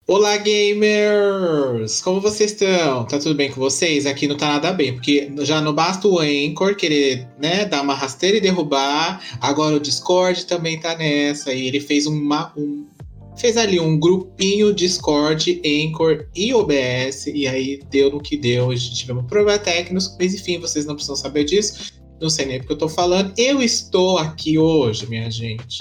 Olá, gamers! Como vocês estão? Tá tudo bem com vocês? Aqui não tá nada bem, porque já não basta o Anchor querer, né, dar uma rasteira e derrubar, agora o Discord também tá nessa, e ele fez fez ali um grupinho Discord, Anchor e OBS, e aí deu no que deu. Hoje tivemos problemas técnicos, mas enfim, vocês não precisam saber disso, não sei nem porque eu tô falando. Eu estou aqui hoje, minha gente,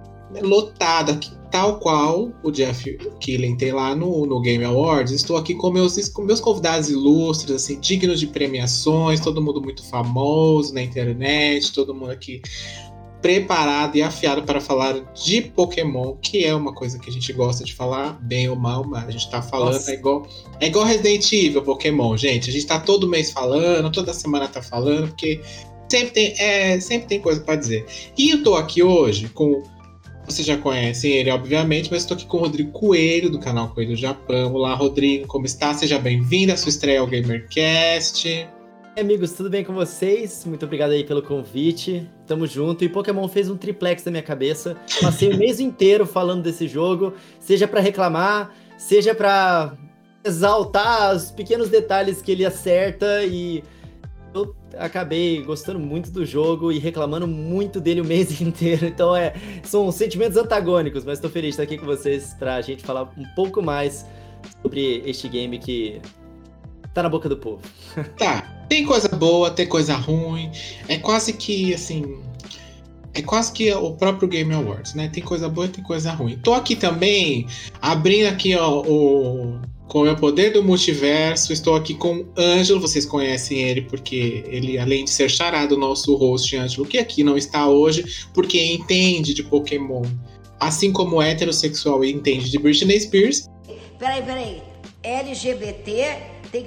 lotado aqui, tal qual o Jeff Keighley tem lá no Game Awards. Estou aqui com meus convidados ilustres, assim, dignos de premiações, todo mundo muito famoso na internet, todo mundo aqui preparado e afiado para falar de Pokémon, que é uma coisa que a gente gosta de falar, bem ou mal, mas a gente tá falando, é igual Resident Evil, Pokémon, gente. A gente tá todo mês falando, toda semana tá falando, porque sempre tem coisa para dizer. E eu tô aqui hoje com... Vocês já conhecem ele, obviamente, mas estou aqui com o Rodrigo Coelho, do canal Coelho Japão. Olá, Rodrigo, como está? Seja bem-vindo à sua estreia ao GamerCast. E aí, amigos, tudo bem com vocês? Muito obrigado aí pelo convite. Tamo junto. E Pokémon fez um triplex na minha cabeça. Passei o mês inteiro falando desse jogo, seja para reclamar, seja para exaltar os pequenos detalhes que ele acerta, e eu acabei gostando muito do jogo e reclamando muito dele o mês inteiro. Então são sentimentos antagônicos, mas tô feliz de estar aqui com vocês pra gente falar um pouco mais sobre este game que tá na boca do povo. Tá, tem coisa boa, tem coisa ruim. É quase que, assim... É quase que o próprio Game Awards, né? Tem coisa boa e tem coisa ruim. Tô aqui também, abrindo aqui, ó, com o meu poder do multiverso. Estou aqui com o Ângelo. Vocês conhecem ele porque ele, além de ser charado, nosso host Ângelo, que aqui não está hoje, porque entende de Pokémon, assim como heterossexual entende de Britney Spears. Peraí. LGBT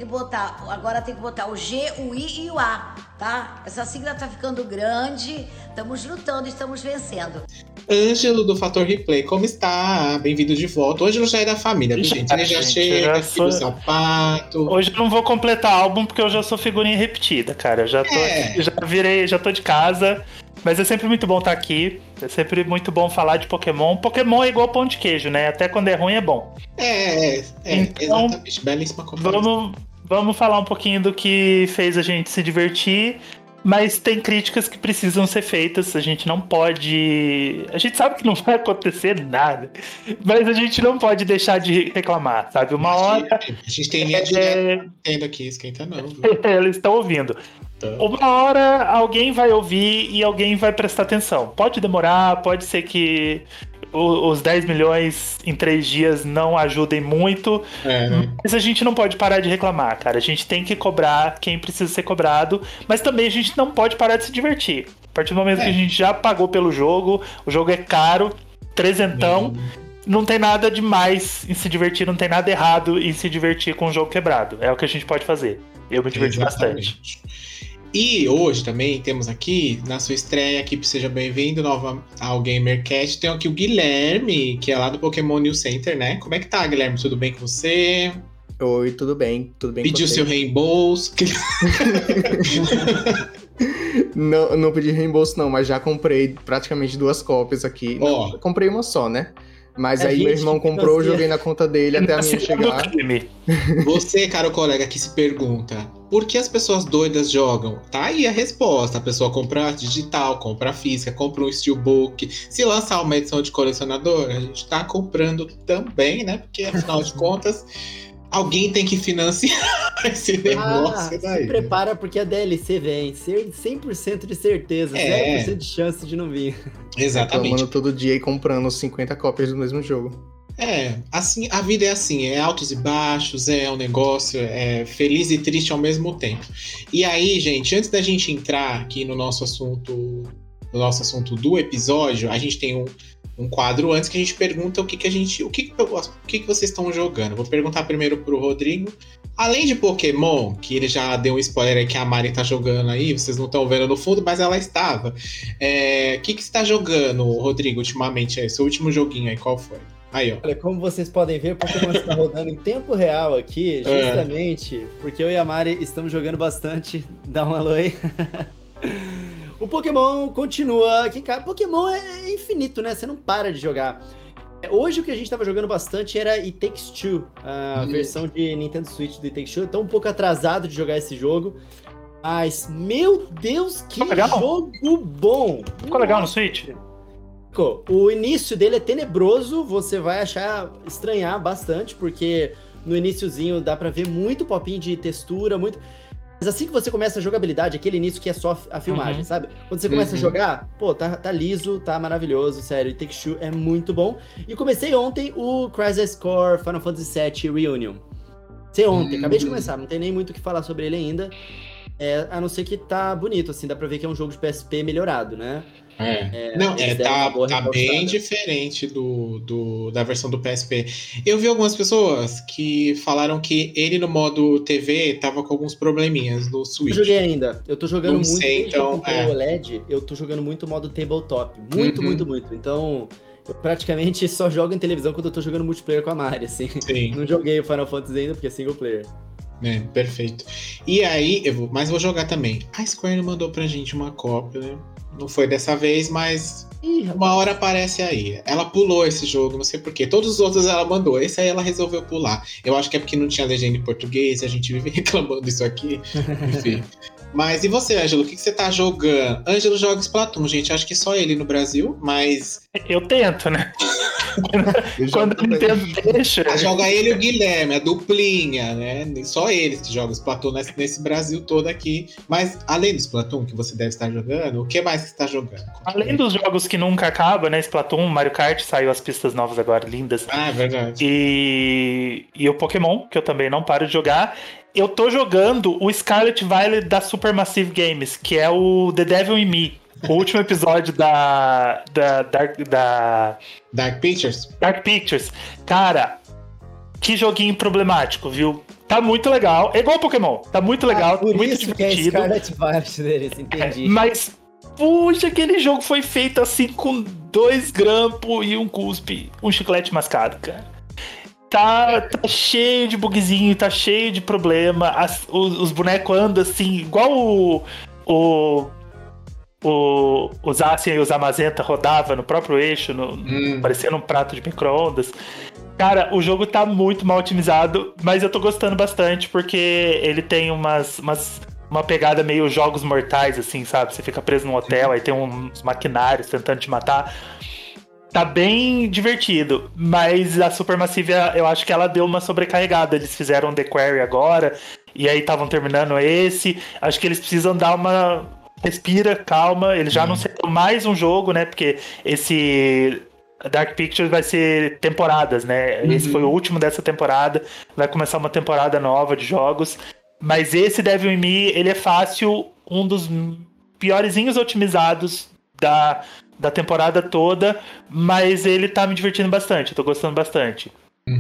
agora tem que botar o G, o I e o A, tá? Essa sigla tá ficando grande, estamos lutando, estamos vencendo. Ângelo do Fator Replay, como está? Bem-vindo de volta. O Ângelo já é da família, viu, gente? Ele já chega, tira o sapato. Hoje eu não vou completar álbum porque eu já sou figurinha repetida, cara. Eu já tô de casa. Mas é sempre muito bom estar aqui. É sempre muito bom falar de Pokémon. Pokémon é igual pão de queijo, né? Até quando é ruim é bom. Então, exatamente. Belíssima comparação. Vamos falar um pouquinho do que fez a gente se divertir. Mas tem críticas que precisam ser feitas. A gente não pode... A gente sabe que não vai acontecer nada, mas a gente não pode deixar de reclamar, sabe? Uma hora... A gente tem linha de aqui, esquenta não. Eles estão ouvindo. Uma hora alguém vai ouvir e alguém vai prestar atenção. Pode demorar, pode ser que os 10 milhões em 3 dias não ajudem muito, mas a gente não pode parar de reclamar, cara. A gente tem que cobrar quem precisa ser cobrado, mas também a gente não pode parar de se divertir. A partir do momento que a gente já pagou pelo jogo, o jogo é caro, trezentão, não tem nada demais em se divertir, não tem nada errado em se divertir com o jogo quebrado. É o que a gente pode fazer. Eu me diverti bastante. E hoje também temos aqui, na sua estreia aqui, seja bem-vindo ao GamerCast, tem aqui o Guilherme, que é lá do Pokémon News Center, né? Como é que tá, Guilherme? Tudo bem com você? Oi, tudo bem Pediu seu reembolso? Não pedi reembolso não, mas já comprei praticamente 2 cópias aqui. Não, comprei uma só, né? Mas aí meu irmão comprou, joguei na conta dele até a minha chegar. Você, caro colega, que se pergunta por que as pessoas doidas jogam? Tá aí a resposta. A pessoa compra digital, compra física, compra um steelbook. Se lançar uma edição de colecionador, a gente tá comprando também, né? Porque, afinal de contas, alguém tem que financiar esse negócio daí. Se prepara porque a DLC vem. 100% de certeza. 0% de chance de não vir. Exatamente. Reclamando todo dia e comprando 50 cópias do mesmo jogo. Assim, a vida é assim, é altos e baixos, é um negócio feliz e triste ao mesmo tempo. E aí, gente, antes da gente entrar aqui no nosso assunto do episódio, a gente tem um quadro antes que a gente pergunta o que vocês estão jogando. Vou perguntar primeiro pro Rodrigo. Além de Pokémon, que ele já deu um spoiler aí que a Mari tá jogando aí, vocês não estão vendo no fundo, mas ela estava. O que você tá jogando, Rodrigo, ultimamente aí? Seu último joguinho aí, qual foi? Aí, ó. Olha, como vocês podem ver, o Pokémon está rodando em tempo real aqui, justamente porque eu e a Mari estamos jogando bastante. Dá um alô aí. O Pokémon continua aqui, cara. Pokémon é infinito, né? Você não para de jogar. Hoje o que a gente tava jogando bastante era It Takes Two, a versão de Nintendo Switch do It Takes Two. Eu tô um pouco atrasado de jogar esse jogo, mas, meu Deus, que jogo bom! Ficou legal no Switch? O início dele é tenebroso, você vai estranhar bastante, porque no iniciozinho dá pra ver muito popinho de textura, muito... Mas assim que você começa a jogabilidade, aquele início que é só a filmagem, sabe? Quando você começa a jogar, pô, tá liso, tá maravilhoso, sério. It Takes Two é muito bom. E comecei ontem o Crisis Core Final Fantasy VII Reunion. Acabei de começar, não tem nem muito o que falar sobre ele ainda. A não ser que tá bonito, assim, dá pra ver que é um jogo de PSP melhorado, né? Tá bem diferente da versão do PSP. Eu vi algumas pessoas que falaram que ele no modo TV tava com alguns probleminhas no Switch. Eu joguei ainda. Eu tô jogando muito. Então, o OLED, eu tô jogando muito modo tabletop. Muito. Então, eu praticamente só jogo em televisão quando eu tô jogando multiplayer com a Mari, assim. Sim. Não joguei o Final Fantasy ainda porque é single player. Perfeito. E aí, mas vou jogar também. A Square não mandou pra gente uma cópia, né? Não foi dessa vez, mas uma hora aparece aí. Ela pulou esse jogo, não sei porquê. Todos os outros ela mandou. Esse aí ela resolveu pular. Eu acho que é porque não tinha legenda em português. A gente vive reclamando isso aqui. Enfim. Mas e você, Ângelo? O que você tá jogando? Ângelo joga Splatoon, gente. Acho que só ele no Brasil, mas... Eu tento, né? Quando a Nintendo deixa... Joga ele e o Guilherme, a duplinha, né? Só eles que jogam Splatoon nesse Brasil todo aqui. Mas além do Splatoon que você deve estar jogando, o que mais que você está jogando? Além dos jogos que nunca acabam, né? Splatoon, Mario Kart, saiu as pistas novas agora, lindas. Ah, é verdade. E o Pokémon, que eu também não paro de jogar. Eu tô jogando o Scarlet Violet da Supermassive Games, que é o The Devil in Me. O último episódio da Dark Pictures? Dark Pictures. Cara, que joguinho problemático, viu? Tá muito legal. É igual Pokémon. Tá muito legal, por muito isso divertido. Que é Scarlet Violet deles, entendi. Mas, puxa, aquele jogo foi feito assim com 2 grampos e um cuspe, um chiclete mascado, cara. Tá cheio de bugzinho, tá cheio de problema. Os bonecos andam assim, igual o Zacian e o Zamazenta rodava no próprio eixo, parecendo um prato de micro-ondas. Cara, o jogo tá muito mal otimizado, mas eu tô gostando bastante porque ele tem uma pegada meio jogos mortais, assim, sabe? Você fica preso num hotel, aí tem uns maquinários tentando te matar. Tá bem divertido, mas a Supermassive, eu acho que ela deu uma sobrecarregada. Eles fizeram The Quarry agora, e aí estavam terminando esse. Acho que eles precisam dar uma... Respira, calma. Eles já anunciaram mais um jogo, né? Porque esse Dark Pictures vai ser temporadas, né? Esse foi o último dessa temporada. Vai começar uma temporada nova de jogos. Mas esse Devil in Me, ele é fácil, um dos piorzinhos otimizados da temporada toda, mas ele tá me divertindo bastante, eu tô gostando bastante.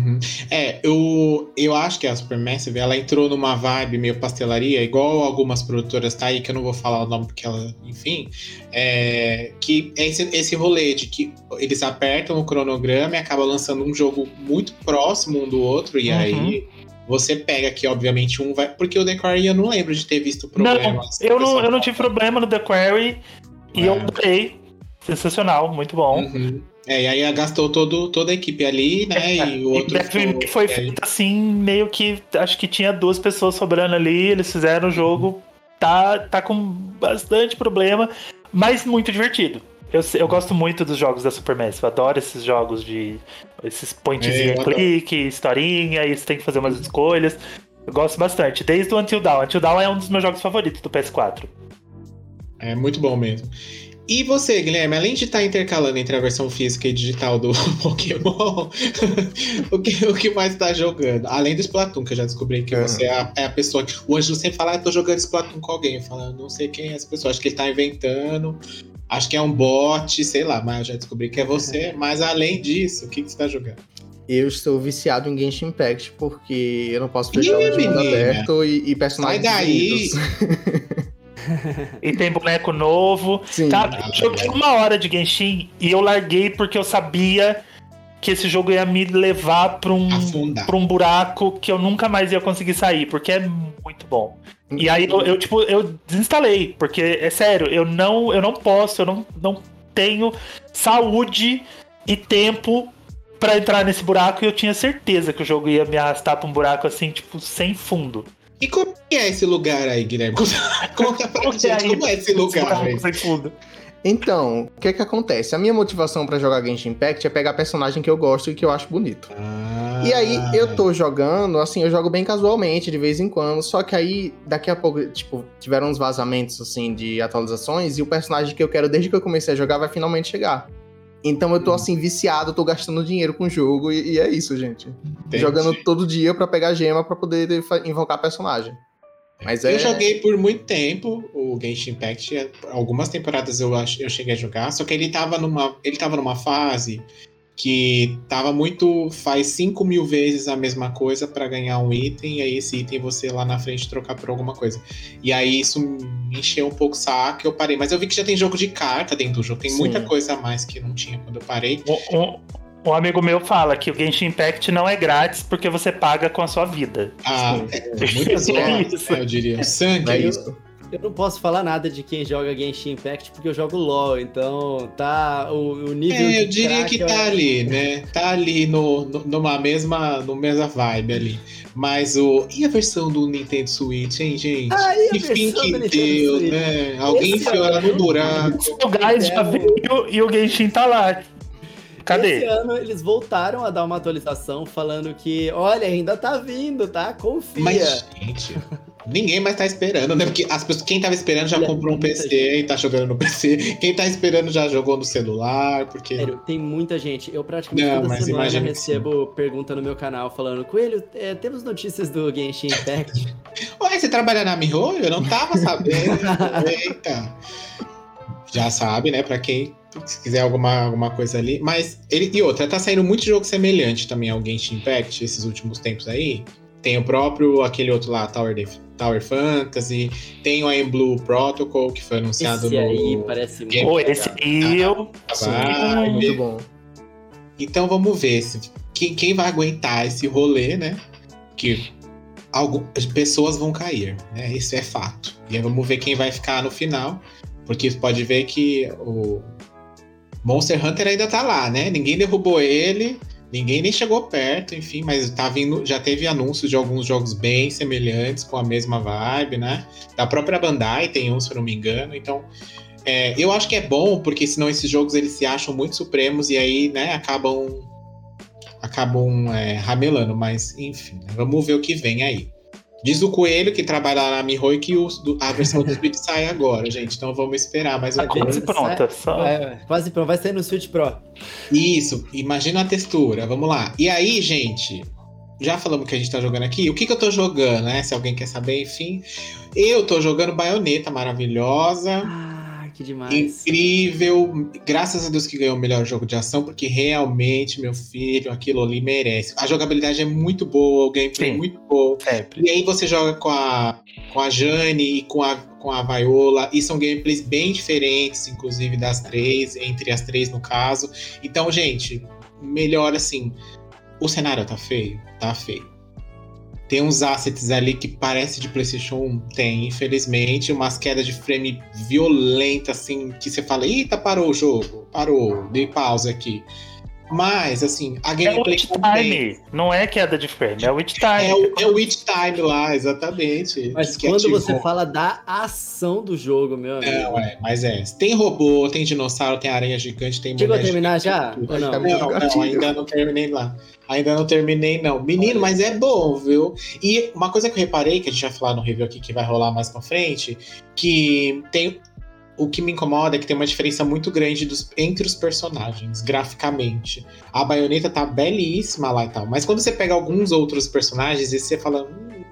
Eu acho que a Supermassive, ela entrou numa vibe meio pastelaria, igual algumas produtoras tá aí, que eu não vou falar o nome porque ela, enfim, que é esse rolê de que eles apertam o cronograma e acabam lançando um jogo muito próximo um do outro, e aí você pega aqui, obviamente, um vai... Porque o The Quarry eu não lembro de ter visto problemas. Não, eu não tive problema no The Quarry e eu adorei. Sensacional, muito bom. E aí gastou toda a equipe ali, né? E o outro foi feito assim, meio que acho que tinha 2 pessoas sobrando ali, eles fizeram o jogo, tá com bastante problema, mas muito divertido. Eu gosto muito dos jogos da Supermassive, eu adoro esses jogos esses pointzinhos clique, historinha, e você tem que fazer umas escolhas. Eu gosto bastante, desde o Until Dawn. Until Dawn é um dos meus jogos favoritos do PS4. É muito bom mesmo. E você, Guilherme, além de estar intercalando entre a versão física e digital do Pokémon, o que mais está jogando? Além do Splatoon, que eu já descobri que você é a pessoa que... O Ângelo sempre fala, eu tô jogando Splatoon com alguém. Eu falo, não sei quem é essa pessoa, acho que ele tá inventando, acho que é um bot, sei lá, mas eu já descobri que é você. Mas além disso, o que você tá jogando? Eu estou viciado em Genshin Impact, porque eu não posso fechar o mundo aberto e personagens. Sai daí! E tem boneco novo. Tá? Joguei 1 hora de Genshin e eu larguei porque eu sabia que esse jogo ia me levar pra um buraco que eu nunca mais ia conseguir sair, porque é muito bom. E aí eu desinstalei, porque é sério, eu não posso, eu não tenho saúde e tempo pra entrar nesse buraco e eu tinha certeza que o jogo ia me arrastar pra um buraco assim, tipo, sem fundo. E como é esse lugar aí, Guilherme? Conta pra gente como é esse lugar aí. Sem fundo. Então, o que acontece? A minha motivação pra jogar Genshin Impact é pegar personagem que eu gosto e que eu acho bonito. E aí, eu tô jogando, assim, eu jogo bem casualmente, de vez em quando, só que aí, daqui a pouco, tipo, tiveram uns vazamentos, assim, de atualizações, e o personagem que eu quero desde que eu comecei a jogar vai finalmente chegar. Então eu tô, assim, viciado, tô gastando dinheiro com o jogo, e é isso, gente. Entendi. Jogando todo dia pra pegar gema pra poder invocar personagem. Mas eu joguei por muito tempo o Genshin Impact, algumas temporadas eu cheguei a jogar, só que ele tava numa fase que tava muito, faz 5.000 vezes a mesma coisa pra ganhar um item, e aí esse item você lá na frente trocar por alguma coisa. E aí isso me encheu um pouco o saco, eu parei. Mas eu vi que já tem jogo de carta dentro do jogo, tem muita coisa a mais que não tinha quando eu parei. Um amigo meu fala que o Genshin Impact não é grátis porque você paga com a sua vida. Muitas horas, eu diria. O sangue é isso. Eu não posso falar nada de quem joga Genshin Impact porque eu jogo LoL, então tá o nível de eu diria que tá ali, né? Tá ali numa mesma vibe ali. Mas e a versão do Nintendo Switch, hein, gente? Que fim que deu, né? Alguém enfiou ela no buraco. O Gás já veio e o Genshin tá lá. Cadê? Esse ano eles voltaram a dar uma atualização falando que, olha, ainda tá vindo, tá? Confia. Mas, gente, ninguém mais tá esperando, né? Porque quem tava esperando já comprou um PC e tá jogando no PC. Quem tá esperando já jogou no celular, porque... Sério, tem muita gente. Eu praticamente toda semana recebo pergunta no meu canal falando, Coelho, temos notícias do Genshin Impact? Ué, você trabalha na MiHoYo? Eu não tava sabendo. Eita. Já sabe, né? Pra quem... Se quiser alguma coisa ali. Mas, e outra, tá saindo muito jogo semelhante também ao Genshin Impact esses últimos tempos aí. Tem o próprio, aquele outro lá, Tower Fantasy. Tem o Iron Blue Protocol, que foi anunciado esse aí parece muito esse aí muito bom. Então vamos ver quem vai aguentar esse rolê, né? Que pessoas vão cair, né? Isso é fato. E aí vamos ver quem vai ficar no final. Porque pode ver que o Monster Hunter ainda tá lá, né? Ninguém derrubou ele, ninguém nem chegou perto, enfim, mas tá vindo, já teve anúncios de alguns jogos bem semelhantes, com a mesma vibe, né? Da própria Bandai tem um, se eu não me engano, então eu acho que é bom, porque senão esses jogos eles se acham muito supremos e aí, né, acabam ramelando, mas enfim, né? Vamos ver o que vem aí. Diz o Coelho, que trabalha lá na MiHoYo, que a versão do Switch sai agora, gente. Então vamos esperar mais um pouco. Quase pronta. Quase pronta. Vai sair no Switch Pro. Isso. Imagina a textura. Vamos lá. E aí, gente... Já falamos que a gente tá jogando aqui. O que eu tô jogando, né? Se alguém quer saber, enfim. Eu tô jogando Bayonetta, maravilhosa. Que demais. Incrível. Graças a Deus que ganhou o melhor jogo de ação, porque realmente, meu filho, aquilo ali merece. A jogabilidade é muito boa, o gameplay é muito bom. E aí você joga com a Jane e com a Viola, e são gameplays bem diferentes, inclusive das três, entre as três no caso. Então, gente, melhor assim. O cenário tá feio? Tá feio. Tem uns assets ali que parece de PlayStation 1. Tem, infelizmente, umas quedas de frame violentas, assim, que você fala, eita, parou o jogo. Parou, dei pausa aqui. Mas, assim, a gameplay... É o Witch Time, não é queda de frame, é o Witch Time. É o Witch Time lá, exatamente. Mas quando você fala da ação do jogo, meu amigo... Mas tem robô, tem dinossauro, tem aranha gigante, tem... Chegou a terminar já? Ou não? Não, ainda não terminei lá. Ainda não terminei, não. Menino, mas é bom, viu? E uma coisa que eu reparei, que a gente vai falar no review aqui, que vai rolar mais pra frente, que tem... O que me incomoda é que tem uma diferença muito grande entre os personagens, graficamente. A Bayonetta tá belíssima lá e tal, mas quando você pega alguns outros personagens e você fala...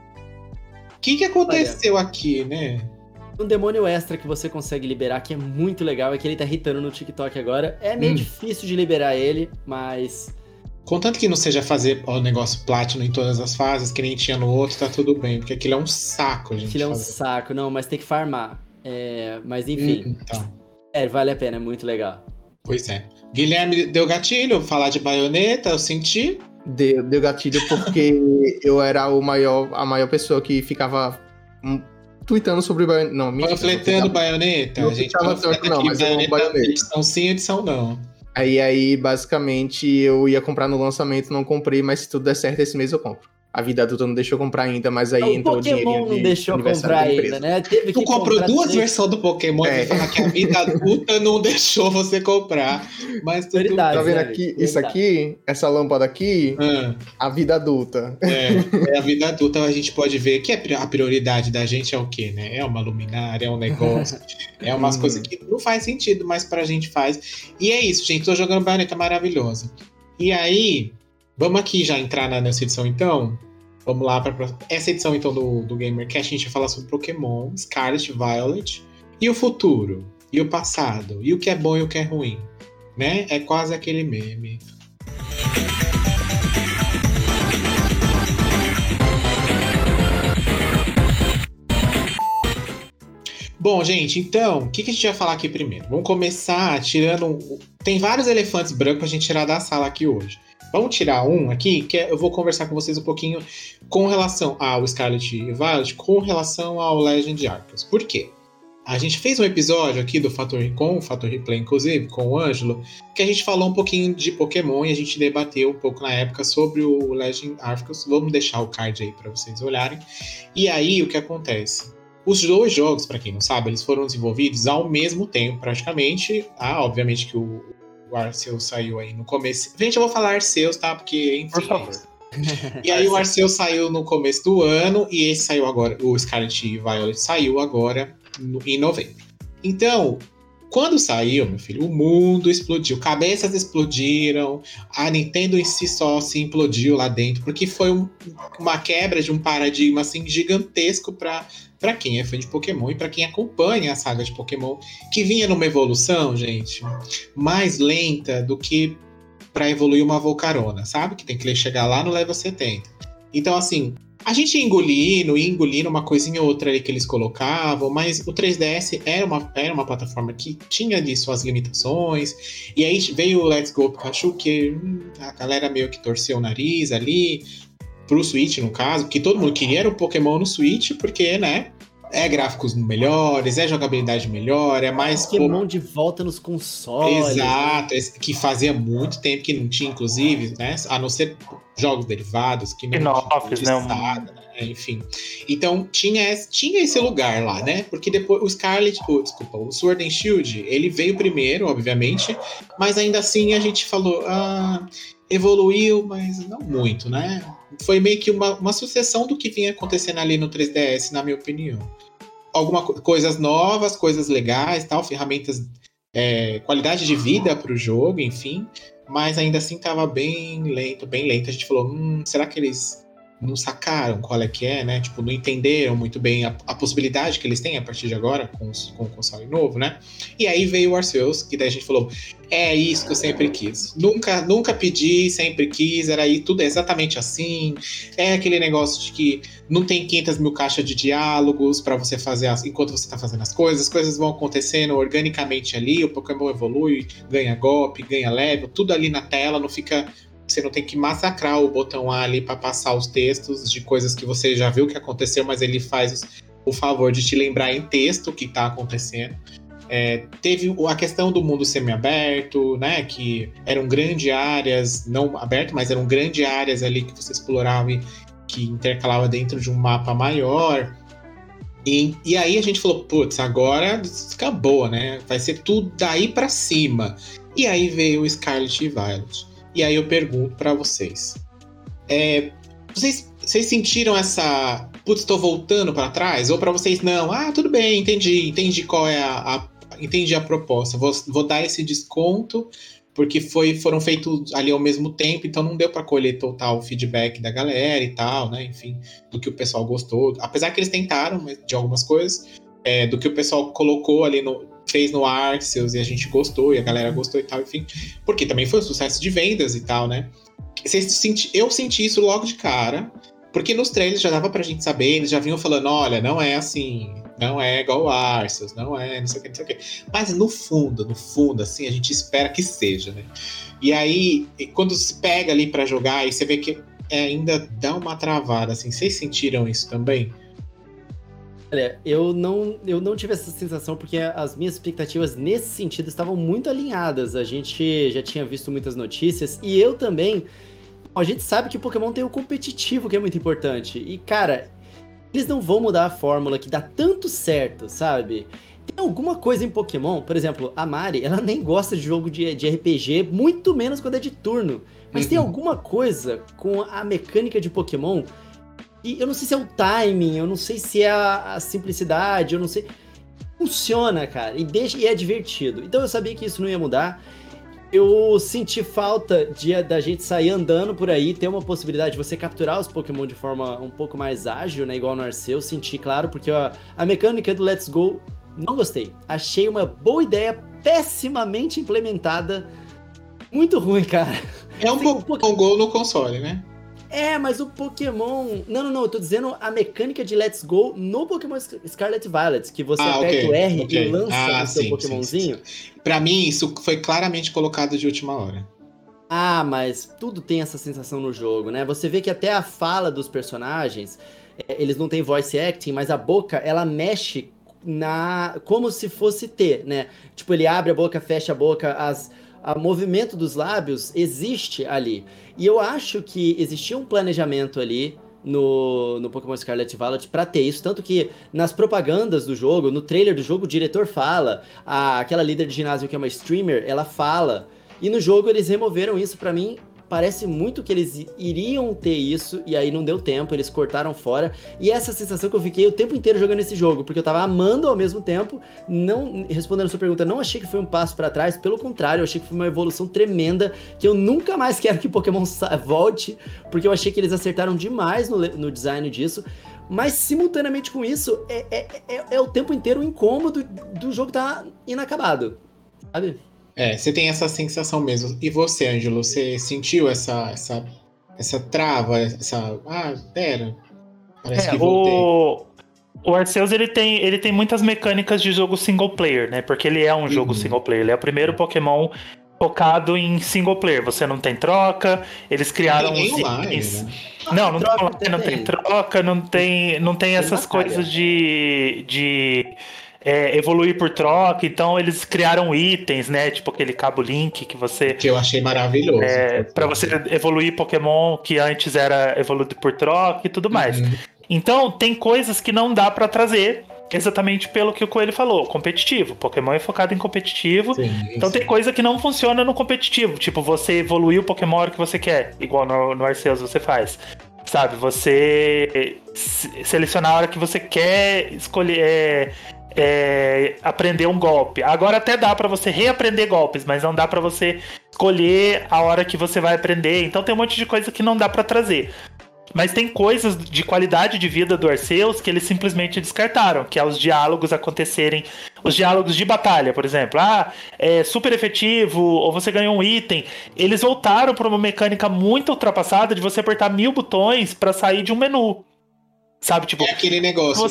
O que aconteceu aqui, né? Um demônio extra que você consegue liberar, que é muito legal, é que ele tá irritando no TikTok agora. É meio difícil de liberar ele, mas... Contanto que não seja fazer o negócio Platinum em todas as fases, que nem tinha no outro, tá tudo bem. Porque aquilo é um saco, gente. Aquilo é um saco, não, mas tem que farmar. Mas enfim, vale a pena, é muito legal. Pois é. Guilherme deu gatilho, falar de Bayonetta, eu senti. Deu gatilho porque eu era a maior pessoa que ficava tweetando sobre Bayonetta. Não, panfletando Bayonetta? Não, gente, não, mas Bayonetta. Edição sim, edição não. Aí, basicamente, eu ia comprar no lançamento, não comprei, mas se tudo der certo, esse mês eu compro. A vida adulta não deixou comprar ainda, mas aí entrou o dinheirinho Pokémon não deixou comprar ainda, né? Teve tu comprou duas versões do Pokémon e falar que a vida adulta não deixou você comprar. Mas tudo tá vendo aqui? Isso aqui, essa lâmpada aqui, a vida adulta. É a vida adulta, a gente pode ver que a prioridade da gente é o quê, né? É uma luminária, é um negócio, é umas coisas que não faz sentido, mas pra gente faz. E é isso, gente. Tô jogando Bayonetta maravilhosa. E aí, vamos aqui já entrar nessa edição, então. Vamos lá para essa edição, então, do GamerCast. A gente vai falar sobre Pokémon, Scarlet, Violet, e o futuro, e o passado, e o que é bom e o que é ruim, né? É quase aquele meme. Bom, gente, então, o que a gente vai falar aqui primeiro? Vamos começar tirando... Tem vários elefantes brancos pra gente tirar da sala aqui hoje. Vamos tirar um aqui, que eu vou conversar com vocês um pouquinho com relação ao Scarlet e Violet, com relação ao Legend Arceus. Por quê? A gente fez um episódio aqui do Fator Replay, inclusive, com o Ângelo, que a gente falou um pouquinho de Pokémon e a gente debateu um pouco na época sobre o Legend Arceus. Vamos deixar o card aí para vocês olharem. E aí, o que acontece? Os dois jogos, para quem não sabe, eles foram desenvolvidos ao mesmo tempo, praticamente. Obviamente que o Arceus saiu aí no começo. Gente, eu vou falar Arceus, tá? Porque, enfim. Por favor. E aí o Arceus saiu no começo do ano e esse saiu agora. O Scarlet e Violet saiu agora em novembro. Então, quando saiu, meu filho, o mundo explodiu. Cabeças explodiram. A Nintendo em si só se implodiu lá dentro. Porque foi uma quebra de um paradigma assim, gigantesco para quem é fã de Pokémon e para quem acompanha a saga de Pokémon, que vinha numa evolução, gente, mais lenta do que para evoluir uma Volcarona, sabe? Que tem que chegar lá no level 70. Então, assim, a gente ia engolindo uma coisinha ou outra ali que eles colocavam, mas o 3DS era uma plataforma que tinha ali suas limitações, e aí veio o Let's Go Pikachu, que a galera meio que torceu o nariz ali, pro Switch, no caso, porque todo mundo queria era o Pokémon no Switch, porque, né, é gráficos melhores, é jogabilidade melhor, é mais... Pokémon de volta nos consoles. Exato, que fazia muito tempo que não tinha, inclusive, né, a não ser jogos derivados, que não tinha né? Enfim. Então, tinha esse lugar lá, né, porque depois o Sword and Shield, ele veio primeiro, obviamente, mas ainda assim a gente falou, evoluiu, mas não muito, né? Foi meio que uma sucessão do que vinha acontecendo ali no 3DS, na minha opinião. Coisas novas, coisas legais, tal, ferramentas, qualidade de vida para o jogo, enfim, mas ainda assim estava bem lento. A gente falou, será que eles não sacaram qual é que é, né? Tipo, não entenderam muito bem a possibilidade que eles têm a partir de agora com o console novo, né? E aí veio o Arceus, que daí a gente falou, é isso que eu sempre quis. Nunca pedi, sempre quis, era aí tudo exatamente assim. É aquele negócio de que não tem 500 mil caixas de diálogos pra você fazer enquanto você tá fazendo as coisas vão acontecendo organicamente ali, o Pokémon evolui, ganha golpe, ganha level, tudo ali na tela, não fica... Você não tem que massacrar o botão A ali para passar os textos de coisas que você já viu que aconteceu, mas ele faz o favor de te lembrar em texto o que está acontecendo. Teve a questão do mundo semi-aberto, né? Que eram grandes áreas, não aberto, mas eram grandes áreas ali que você explorava e que intercalava dentro de um mapa maior. E aí a gente falou, putz, agora acabou, né? Vai ser tudo daí para cima. E aí veio o Scarlet e Violet. E aí eu pergunto pra vocês. Vocês sentiram essa... Putz, tô voltando pra trás? Ou pra vocês, não? Tudo bem, entendi qual é entendi a proposta. Vou dar esse desconto, porque foram feitos ali ao mesmo tempo, então não deu pra colher total feedback da galera e tal, né? Enfim, do que o pessoal gostou. Apesar que eles tentaram de algumas coisas, do que o pessoal colocou ali fez no Arceus e a gente gostou, e a galera gostou e tal, enfim. Porque também foi um sucesso de vendas e tal, né? Eu senti isso logo de cara, porque nos trailers já dava pra gente saber, eles já vinham falando, olha, não é assim, não é igual o Arceus, não sei o que. Mas no fundo, assim, a gente espera que seja, né? E aí, quando se pega ali pra jogar, e você vê que ainda dá uma travada, assim. Vocês sentiram isso também? Olha, eu não tive essa sensação porque as minhas expectativas nesse sentido estavam muito alinhadas. A gente já tinha visto muitas notícias e eu também. A gente sabe que o Pokémon tem o competitivo, que é muito importante. E, cara, eles não vão mudar a fórmula que dá tanto certo, sabe? Tem alguma coisa em Pokémon, por exemplo, a Mari, ela nem gosta de jogo de RPG, muito menos quando é de turno. Mas tem alguma coisa com a mecânica de Pokémon. E eu não sei se é o timing, eu não sei se é a simplicidade, eu não sei. Funciona, cara, e é divertido. Então eu sabia que isso não ia mudar. Eu senti falta da gente sair andando por aí, ter uma possibilidade de você capturar os Pokémon de forma um pouco mais ágil, né? Igual no Arceus, senti, claro, porque a mecânica do Let's Go, não gostei. Achei uma boa ideia, pessimamente implementada. Muito ruim, cara. É um Pokémon Go no console, né? É, mas o Pokémon... Não, eu tô dizendo a mecânica de Let's Go no Pokémon Scarlet Violet, que você aperta o R e lança o seu Pokémonzinho. Sim. Pra mim, isso foi claramente colocado de última hora. Ah, mas tudo tem essa sensação no jogo, né? Você vê que até a fala dos personagens, eles não têm voice acting, mas a boca, ela mexe como se fosse T, né? Tipo, ele abre a boca, fecha a boca, o movimento dos lábios existe ali. E eu acho que existia um planejamento ali no Pokémon Scarlet Violet pra ter isso, tanto que nas propagandas do jogo, no trailer do jogo, o diretor fala, aquela líder de ginásio que é uma streamer, ela fala, e no jogo eles removeram isso. Pra mim, parece muito que eles iriam ter isso, e aí não deu tempo, eles cortaram fora, e essa sensação que eu fiquei o tempo inteiro jogando esse jogo, porque eu tava amando ao mesmo tempo. Não, respondendo a sua pergunta, não achei que foi um passo pra trás, pelo contrário, eu achei que foi uma evolução tremenda, que eu nunca mais quero que Pokémon volte, porque eu achei que eles acertaram demais no design disso, mas simultaneamente com isso, é o tempo inteiro o incômodo do jogo tá inacabado, sabe? Você tem essa sensação mesmo. E você, Ângelo, você sentiu essa trava? Pera. Parece que voltei. O Arceus, ele tem muitas mecânicas de jogo single player, né? Porque ele é um jogo single player. Ele é o primeiro Pokémon focado em single player. Você não tem troca, eles criaram os itens. Né? Não tem troca, não tem essas coisas de evoluir por troca. Então eles criaram itens, né? Tipo aquele cabo Link que você... Que eu achei maravilhoso. Pra você evoluir Pokémon que antes era evoluído por troca e tudo mais. Então tem coisas que não dá pra trazer, exatamente pelo que o Coelho falou, competitivo. Pokémon é focado em competitivo. Então tem coisa que não funciona no competitivo. Tipo, você evoluir o Pokémon a hora que você quer, igual no Arceus você faz. Sabe, você selecionar a hora que você quer, escolher... aprender um golpe. Agora até dá pra você reaprender golpes, mas não dá pra você escolher a hora que você vai aprender. Então tem um monte de coisa que não dá pra trazer. Mas tem coisas de qualidade de vida do Arceus que eles simplesmente descartaram, que é os diálogos acontecerem, os diálogos de batalha, por exemplo. É super efetivo, ou você ganhou um item. Eles voltaram pra uma mecânica muito ultrapassada de você apertar 1000 botões pra sair de um menu. Sabe, tipo, é aquele negócio,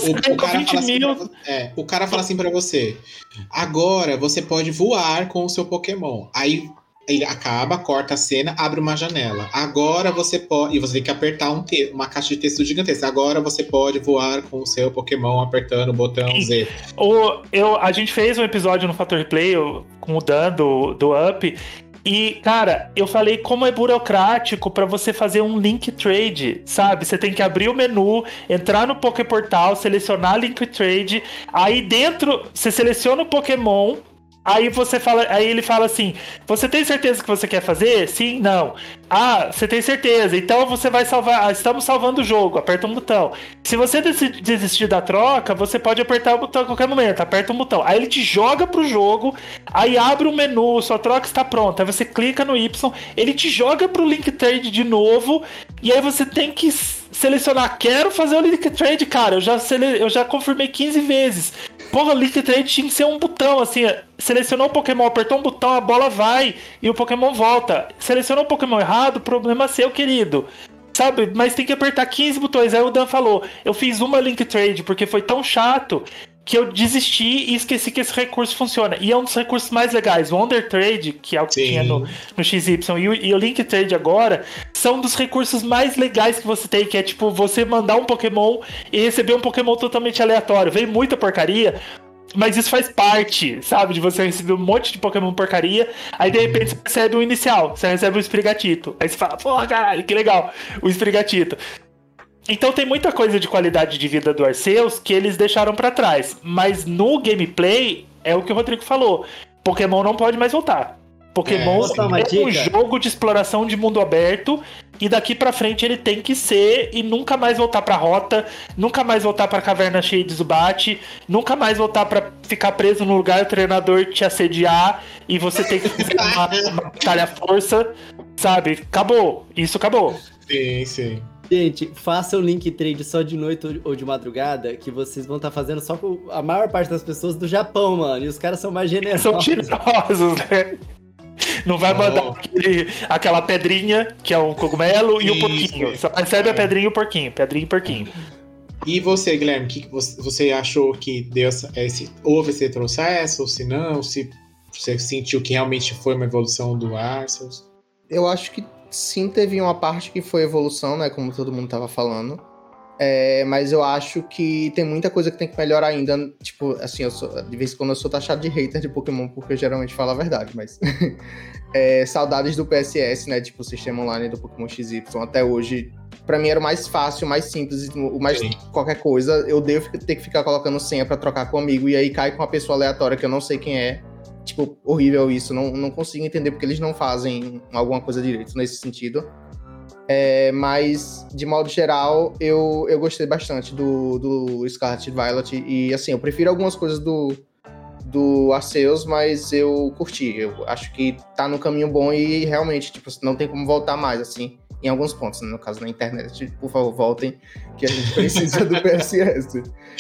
o cara fala assim pra você: agora você pode voar com o seu Pokémon. Aí ele acaba, corta a cena, abre uma janela. Agora você pode... E você tem que apertar uma caixa de texto gigantesca. Agora você pode voar com o seu Pokémon apertando o botão Z. A gente fez um episódio no Fator Replay com o Dan do Up. E, cara, eu falei como é burocrático pra você fazer um Link Trade, sabe? Você tem que abrir o menu, entrar no Poképortal, selecionar Link Trade, aí dentro você seleciona o Pokémon, aí ele fala assim: você tem certeza que você quer fazer? Sim, não. Você tem certeza, então você vai salvar. Estamos salvando o jogo, aperta um botão. Se você desistir da troca, você pode apertar o botão a qualquer momento, aperta um botão. Aí ele te joga pro jogo, aí abre o menu, sua troca está pronta. Aí você clica no Y, ele te joga pro Link Trade de novo, e aí você tem que selecionar: quero fazer o Link Trade, cara. Eu já confirmei 15 vezes. Porra, o Link Trade tinha que ser um botão, assim, selecionou o Pokémon, apertou um botão, a bola vai e o Pokémon volta. Selecionou o Pokémon errado, problema seu, querido. Sabe, mas tem que apertar 15 botões. Aí o Dan falou: eu fiz uma Link Trade porque foi tão chato que eu desisti e esqueci que esse recurso funciona. E é um dos recursos mais legais. O Wonder Trade, que é o que tinha no XY, e o Link Trade agora, são dos recursos mais legais que você tem, que é tipo, você mandar um Pokémon e receber um Pokémon totalmente aleatório. Vem muita porcaria, mas isso faz parte, sabe? De você receber um monte de Pokémon porcaria, aí de repente você recebe o inicial, você recebe o Sprigatito. Aí você fala, porra, caralho, que legal, o Sprigatito. Então tem muita coisa de qualidade de vida do Arceus que eles deixaram pra trás. Mas no gameplay, é o que o Rodrigo falou, Pokémon não pode mais voltar. Pokémon é um jogo de exploração de mundo aberto e daqui pra frente ele tem que ser e nunca mais voltar pra rota, nunca mais voltar pra caverna cheia de Zubat, nunca mais voltar pra ficar preso no lugar e o treinador te assediar e você tem que fazer uma batalha força, sabe? Acabou, isso acabou. Sim, sim. Gente, faça o link trade só de noite ou de madrugada, que vocês vão estar fazendo só com a maior parte das pessoas do Japão, mano. E os caras são mais generosos. São generosos, né? Não vai mandar aquela pedrinha, que é um cogumelo, e o porquinho. Só recebe a pedrinha e o porquinho. Pedrinha e porquinho. E você, Guilherme, o que você achou que deu houve esse retrocesso, ou se não? Se você sentiu que realmente foi uma evolução do Arceus? Eu acho que sim, teve uma parte que foi evolução, né? Como todo mundo tava falando. Mas eu acho que tem muita coisa que tem que melhorar ainda. Tipo, assim, de vez em quando eu sou taxado de hater de Pokémon, porque eu geralmente falo a verdade, mas... saudades do PSS, né? Tipo, o sistema online do Pokémon XY. Até hoje, pra mim era o mais fácil, o mais simples, o mais qualquer coisa. Eu devo ter que ficar colocando senha pra trocar com um amigo, e aí cai com uma pessoa aleatória que eu não sei quem é. Tipo, horrível isso. Não consigo entender porque eles não fazem alguma coisa direito nesse sentido. Mas, de modo geral, eu gostei bastante do Scarlet Violet. E, assim, eu prefiro algumas coisas do Arceus, mas eu curti. Eu acho que tá no caminho bom e, realmente, tipo, não tem como voltar mais, assim, em alguns pontos, né? No caso, na internet. Por favor, voltem, que a gente precisa do PSS.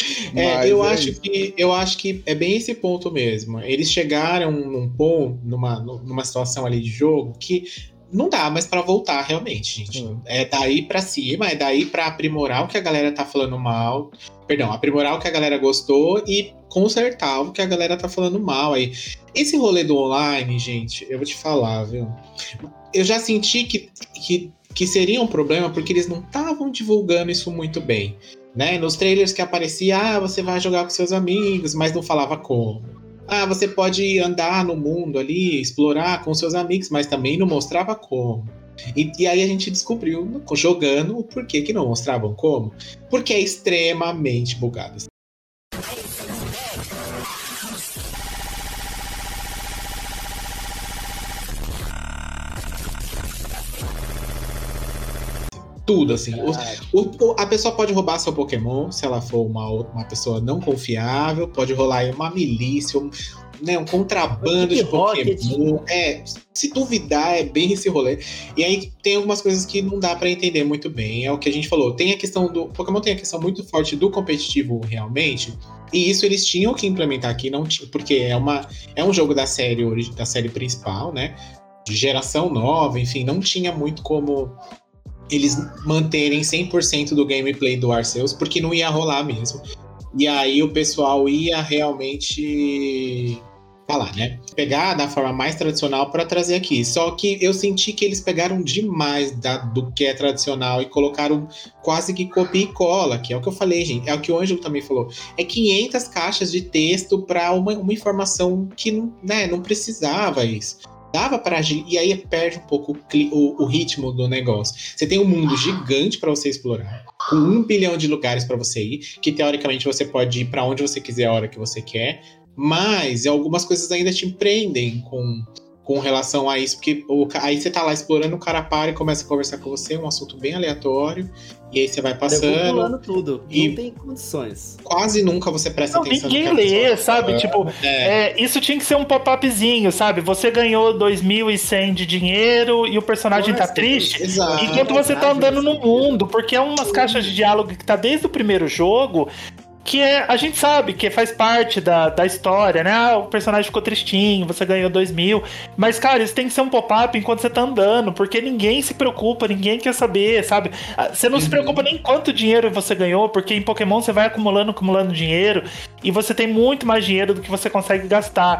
Eu acho que é bem esse ponto mesmo. Eles chegaram num ponto, numa situação ali de jogo que não dá mais pra voltar, realmente, gente. Sim. É daí pra cima, é daí pra aprimorar o que a galera tá falando mal. Perdão, aprimorar o que a galera gostou e consertar o que a galera tá falando mal aí. Esse rolê do online, gente, eu vou te falar, viu? Eu já senti que seria um problema porque eles não estavam divulgando isso muito bem, né? Nos trailers que aparecia, você vai jogar com seus amigos, mas não falava como. Você pode andar no mundo ali, explorar com seus amigos, mas também não mostrava como. E aí a gente descobriu, jogando, o porquê que não mostravam como. Porque é extremamente bugado. Tudo, assim. A pessoa pode roubar seu Pokémon, se ela for uma pessoa não confiável, pode rolar aí uma milícia, um contrabando de Pokémon. Se duvidar, é bem esse rolê. E aí tem algumas coisas que não dá pra entender muito bem. É o que a gente falou. Tem a questão do... Pokémon tem a questão muito forte do competitivo, realmente. E isso eles tinham que implementar aqui, não tinha, porque é um jogo da série principal, né? De geração nova, enfim, não tinha muito como eles manterem 100% do gameplay do Arceus, porque não ia rolar mesmo. E aí o pessoal ia realmente falar, né? Pegar da forma mais tradicional para trazer aqui. Só que eu senti que eles pegaram demais do que é tradicional e colocaram quase que copia e cola, que é o que eu falei, gente. É o que o Ângelo também falou. É 500 caixas de texto para uma informação que não precisava isso. Dava para agir, e aí perde um pouco o ritmo do negócio. Você tem um mundo gigante para você explorar, com 1 bilhão de lugares para você ir, que teoricamente você pode ir para onde você quiser a hora que você quer, mas algumas coisas ainda te prendem com relação a isso, porque aí você tá lá explorando, o cara para e começa a conversar com você, um assunto bem aleatório, e aí você vai passando. Pulando tudo, não tem condições. Quase nunca você presta atenção. Ninguém lê, sabe? Tipo, isso tinha que ser um pop-upzinho, sabe? Você ganhou 2.100 de dinheiro e o personagem tá triste, enquanto você tá andando no mundo, porque é umas caixas de diálogo que tá desde o primeiro jogo, que a gente sabe que faz parte da história, né? O personagem ficou tristinho, você ganhou 2.000. Mas, cara, isso tem que ser um pop-up enquanto você tá andando, porque ninguém se preocupa, ninguém quer saber, sabe? Você não se preocupa nem quanto dinheiro você ganhou, porque em Pokémon você vai acumulando dinheiro, e você tem muito mais dinheiro do que você consegue gastar.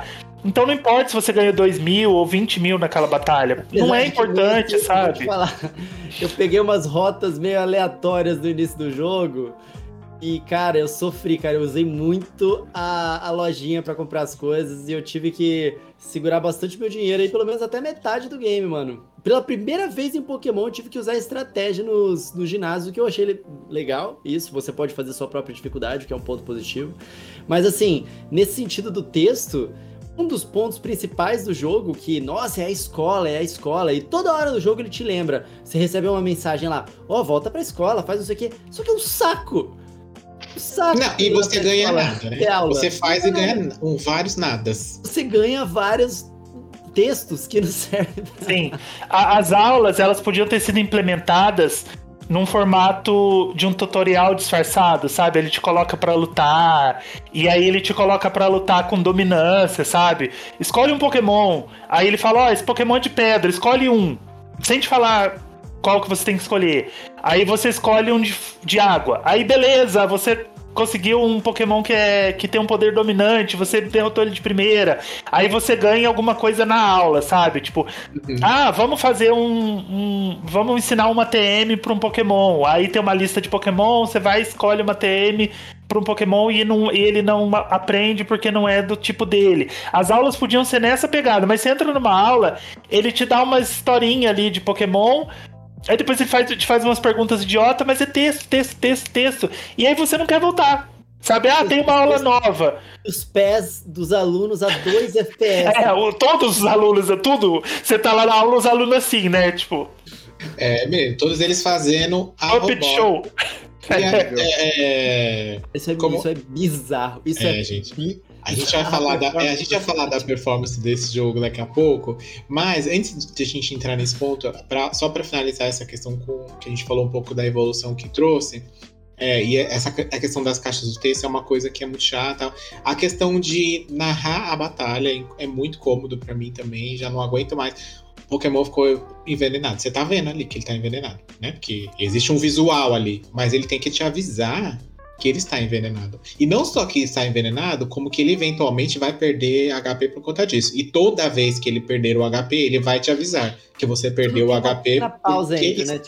Então não importa se você ganhou 2 mil ou 20 mil naquela batalha. Não é importante, sabe? Eu peguei umas rotas meio aleatórias no início do jogo. E, cara, eu sofri, cara. Eu usei muito a lojinha pra comprar as coisas. E eu tive que segurar bastante meu dinheiro aí, pelo menos até metade do game, mano. Pela primeira vez em Pokémon, eu tive que usar estratégia no ginásio, que eu achei legal. Isso, você pode fazer sua própria dificuldade, que é um ponto positivo. Mas, assim, nesse sentido do texto, um dos pontos principais do jogo, que, nossa, é a escola, e toda hora do jogo ele te lembra. Você recebe uma mensagem lá, volta pra escola, faz não sei o quê. Só que é um saco. Não, e você ganha nada, né? Você faz e ganha vários nadas. Você ganha vários textos que não servem. Sim, as aulas, elas podiam ter sido implementadas num formato de um tutorial disfarçado, sabe? Ele te coloca pra lutar, e aí ele te coloca pra lutar com dominância, sabe? Escolhe um Pokémon, aí ele fala, esse Pokémon é de pedra, escolhe um. Sem te falar qual que você tem que escolher. Aí você escolhe um de água. Aí beleza, você conseguiu um Pokémon que tem um poder dominante, você derrotou ele de primeira. Aí você ganha alguma coisa na aula, sabe? Tipo, vamos fazer vamos ensinar uma TM pra um Pokémon. Aí tem uma lista de Pokémon, você vai e escolhe uma TM para um Pokémon e ele não aprende porque não é do tipo dele. As aulas podiam ser nessa pegada, mas você entra numa aula, ele te dá uma historinha ali de Pokémon. Aí depois ele te faz umas perguntas idiota, mas é texto. E aí você não quer voltar. Sabe? Tem uma aula nova. Os pés dos alunos a 2 FPS. Todos os alunos, tudo. Você tá lá na aula, os alunos assim, né? Tipo... mesmo. Todos eles fazendo a Puppet Show. Isso é bizarro. Gente. A gente vai falar da performance desse jogo daqui a pouco, mas antes de a gente entrar nesse ponto, só para finalizar essa questão que a gente falou um pouco da evolução que trouxe, e a questão das caixas do texto é uma coisa que é muito chata. A questão de narrar a batalha é muito cômodo para mim também, já não aguento mais. O Pokémon ficou envenenado. Você tá vendo ali que ele tá envenenado, né? Porque existe um visual ali, mas ele tem que te avisar que ele está envenenado. E não só que está envenenado, como que ele eventualmente vai perder HP por conta disso. E toda vez que ele perder o HP, ele vai te avisar que você perdeu o HP. Pausa ainda, né?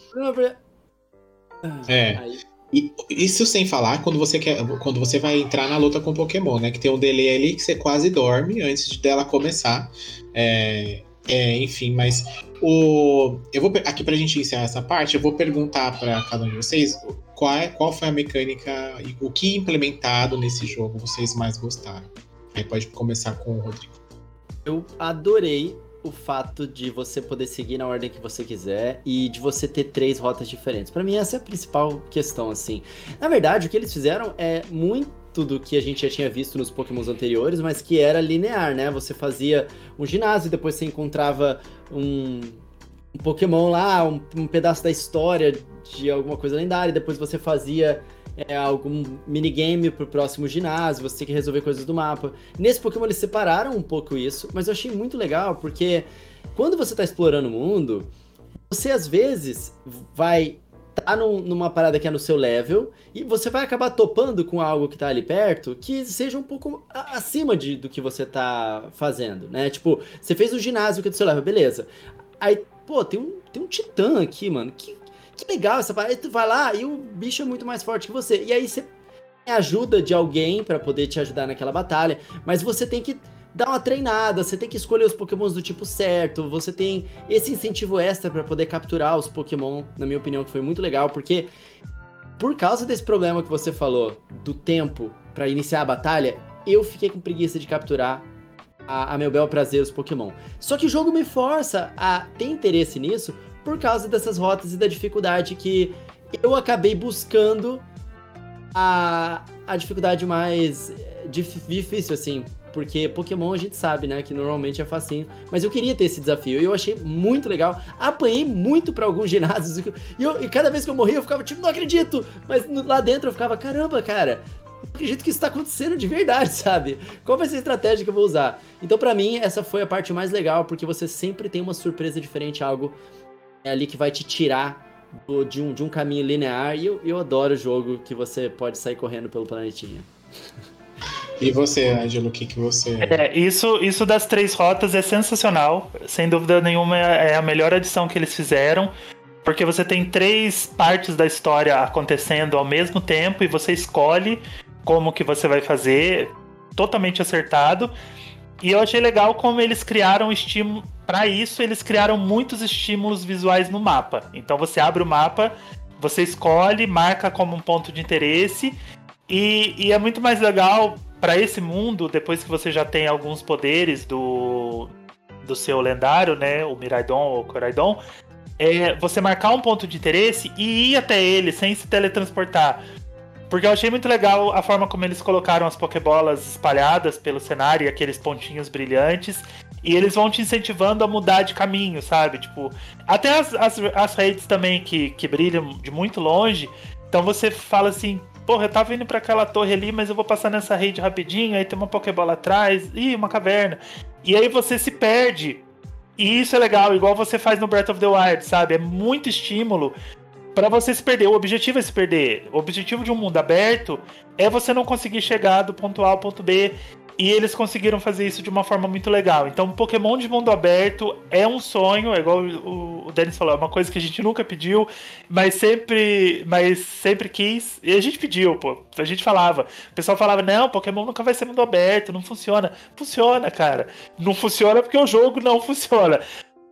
E isso sem falar quando você vai entrar na luta com o Pokémon, né? Que tem um delay ali que você quase dorme antes dela começar. Enfim, mas eu vou aqui pra gente encerrar essa parte, eu vou perguntar para cada um de vocês qual foi a mecânica e o que implementado nesse jogo vocês mais gostaram. Aí pode começar com o Rodrigo. Eu adorei o fato de você poder seguir na ordem que você quiser e de você ter 3 rotas diferentes. Pra mim essa é a principal questão, assim. Na verdade, o que eles fizeram é muito do que a gente já tinha visto nos Pokémons anteriores, mas que era linear, né? Você fazia um ginásio, depois você encontrava um Pokémon lá, um pedaço da história de alguma coisa lendária, depois você fazia algum minigame pro próximo ginásio, você tem que resolver coisas do mapa. Nesse Pokémon eles separaram um pouco isso, mas eu achei muito legal, porque quando você tá explorando o mundo, você às vezes vai tá numa parada que é no seu level, e você vai acabar topando com algo que tá ali perto, que seja um pouco acima do que você tá fazendo, né? Tipo, você fez o ginásio que é do seu level, beleza. Aí, tem um titã aqui, mano, que legal essa parada. Aí tu vai lá e o bicho é muito mais forte que você. E aí você tem a ajuda de alguém pra poder te ajudar naquela batalha, mas você tem que dar uma treinada, você tem que escolher os Pokémons do tipo certo, você tem esse incentivo extra pra poder capturar os Pokémon, na minha opinião, que foi muito legal, porque por causa desse problema que você falou, do tempo pra iniciar a batalha, eu fiquei com preguiça de capturar a meu bel prazer os Pokémon. Só que o jogo me força a ter interesse nisso por causa dessas rotas e da dificuldade que eu acabei buscando a dificuldade mais difícil, assim, porque Pokémon a gente sabe, né, que normalmente é facinho, mas eu queria ter esse desafio e eu achei muito legal. Apanhei muito pra alguns ginásios e cada vez que eu morria eu ficava tipo, não acredito, mas lá dentro eu ficava, caramba, cara, não acredito que isso tá acontecendo de verdade, sabe? Qual vai ser a estratégia que eu vou usar? Então pra mim essa foi a parte mais legal, porque você sempre tem uma surpresa diferente, algo ali que vai te tirar de um caminho linear, e eu adoro o jogo que você pode sair correndo pelo planetinha. E você, Ângelo, o que você... Isso das 3 rotas é sensacional. Sem dúvida nenhuma, é a melhor adição que eles fizeram. Porque você tem 3 partes da história acontecendo ao mesmo tempo e você escolhe como que você vai fazer, totalmente acertado. E eu achei legal como eles criaram estímulo. Para isso, eles criaram muitos estímulos visuais no mapa. Então você abre o mapa, você escolhe, marca como um ponto de interesse. E é muito mais legal para esse mundo, depois que você já tem alguns poderes do seu lendário, né? O Miraidon ou o Coraidon. Você marcar um ponto de interesse e ir até ele sem se teletransportar. Porque eu achei muito legal a forma como eles colocaram as Pokébolas espalhadas pelo cenário, aqueles pontinhos brilhantes, e eles vão te incentivando a mudar de caminho, sabe? Tipo, até as redes também que brilham de muito longe, então você fala assim, porra, eu tava indo pra aquela torre ali, mas eu vou passar nessa rede rapidinho, aí tem uma Pokébola atrás, uma caverna. E aí você se perde. E isso é legal, igual você faz no Breath of the Wild, sabe? É muito estímulo pra você se perder. O objetivo é se perder. O objetivo de um mundo aberto é você não conseguir chegar do ponto A ao ponto B. E eles conseguiram fazer isso de uma forma muito legal. Então, Pokémon de mundo aberto é um sonho, é igual o Denis falou, é uma coisa que a gente nunca pediu, mas sempre quis. E a gente pediu, pô. A gente falava. O pessoal falava, não, Pokémon nunca vai ser mundo aberto, não funciona. Funciona, cara. Não funciona porque o jogo não funciona.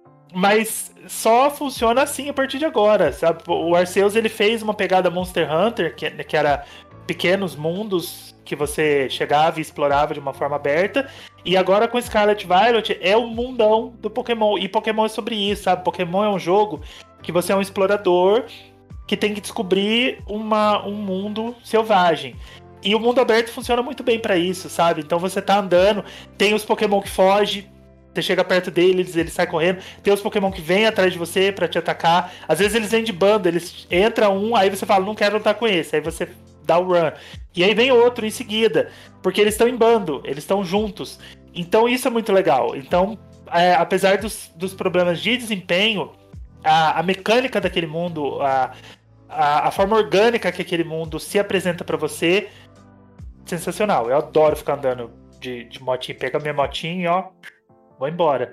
Mas só funciona assim a partir de agora, sabe? O Arceus, ele fez uma pegada Monster Hunter, que era pequenos mundos que você chegava e explorava de uma forma aberta, e agora com Scarlet Violet é o mundão do Pokémon, e Pokémon é sobre isso, sabe? Pokémon é um jogo que você é um explorador que tem que descobrir um mundo selvagem. E o mundo aberto funciona muito bem pra isso, sabe? Então você tá andando, tem os Pokémon que fogem, você chega perto deles, eles saem correndo. Tem os Pokémon que vêm atrás de você pra te atacar. Às vezes eles vêm de bando, eles entram aí você fala, não quero lutar com esse. Aí você dá o run. E aí vem outro em seguida. Porque eles estão em bando, eles estão juntos. Então isso é muito legal. Então, apesar dos problemas de desempenho, a mecânica daquele mundo, a forma orgânica que aquele mundo se apresenta pra você, sensacional. Eu adoro ficar andando de motinho. Pega minha motinha e ó, vou embora.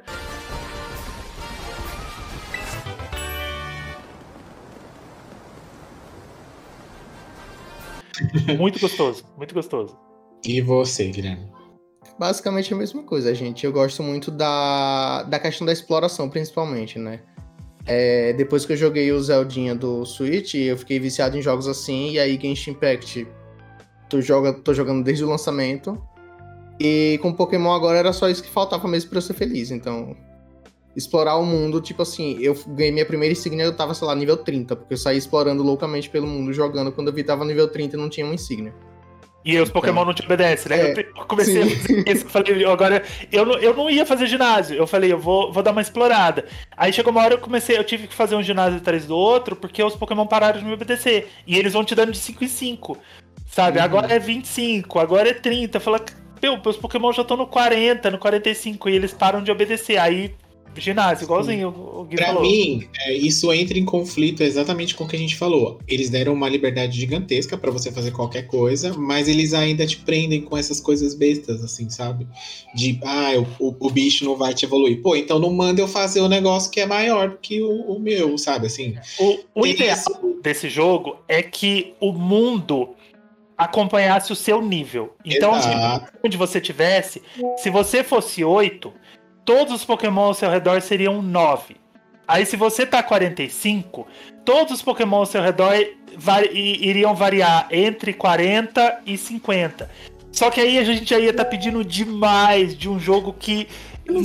Muito gostoso, muito gostoso. E você, Guilherme? Basicamente a mesma coisa, gente. Eu gosto muito da questão da exploração, principalmente, né? Depois que eu joguei o Zeldinha do Switch, eu fiquei viciado em jogos assim, e aí Genshin Impact tô jogando desde o lançamento. E com Pokémon agora era só isso que faltava mesmo pra eu ser feliz. Então, explorar o mundo, tipo assim, eu ganhei minha primeira insígnia, eu tava, sei lá, nível 30, porque eu saí explorando loucamente pelo mundo, jogando. Quando eu vi, tava nível 30 e não tinha uma insígnia. E os Pokémon não te obedecem, né? Eu comecei a fazer isso, eu falei, agora, eu não ia fazer ginásio, eu falei, eu vou dar uma explorada. Aí chegou uma hora eu tive que fazer um ginásio atrás do outro, porque os Pokémon pararam de me obedecer. E eles vão te dando de 5 em 5, sabe? Agora é 25, agora é 30, eu falo, meus Pokémon já estão no 40, no 45, e eles param de obedecer. Aí, ginásio, igualzinho o Gui falou. Pra mim, isso entra em conflito exatamente com o que a gente falou. Eles deram uma liberdade gigantesca pra você fazer qualquer coisa, mas eles ainda te prendem com essas coisas bestas, assim, sabe? De, o bicho não vai te evoluir. Pô, então não manda eu fazer um negócio que é maior do que o meu, sabe? Assim, o ideal desse jogo é que o mundo acompanhasse o seu nível. Então, onde você tivesse, se você fosse 8, todos os Pokémon ao seu redor seriam 9. Aí, se você tá 45, todos os Pokémon ao seu redor iriam variar entre 40 e 50. Só que aí a gente já ia estar pedindo demais de um jogo que não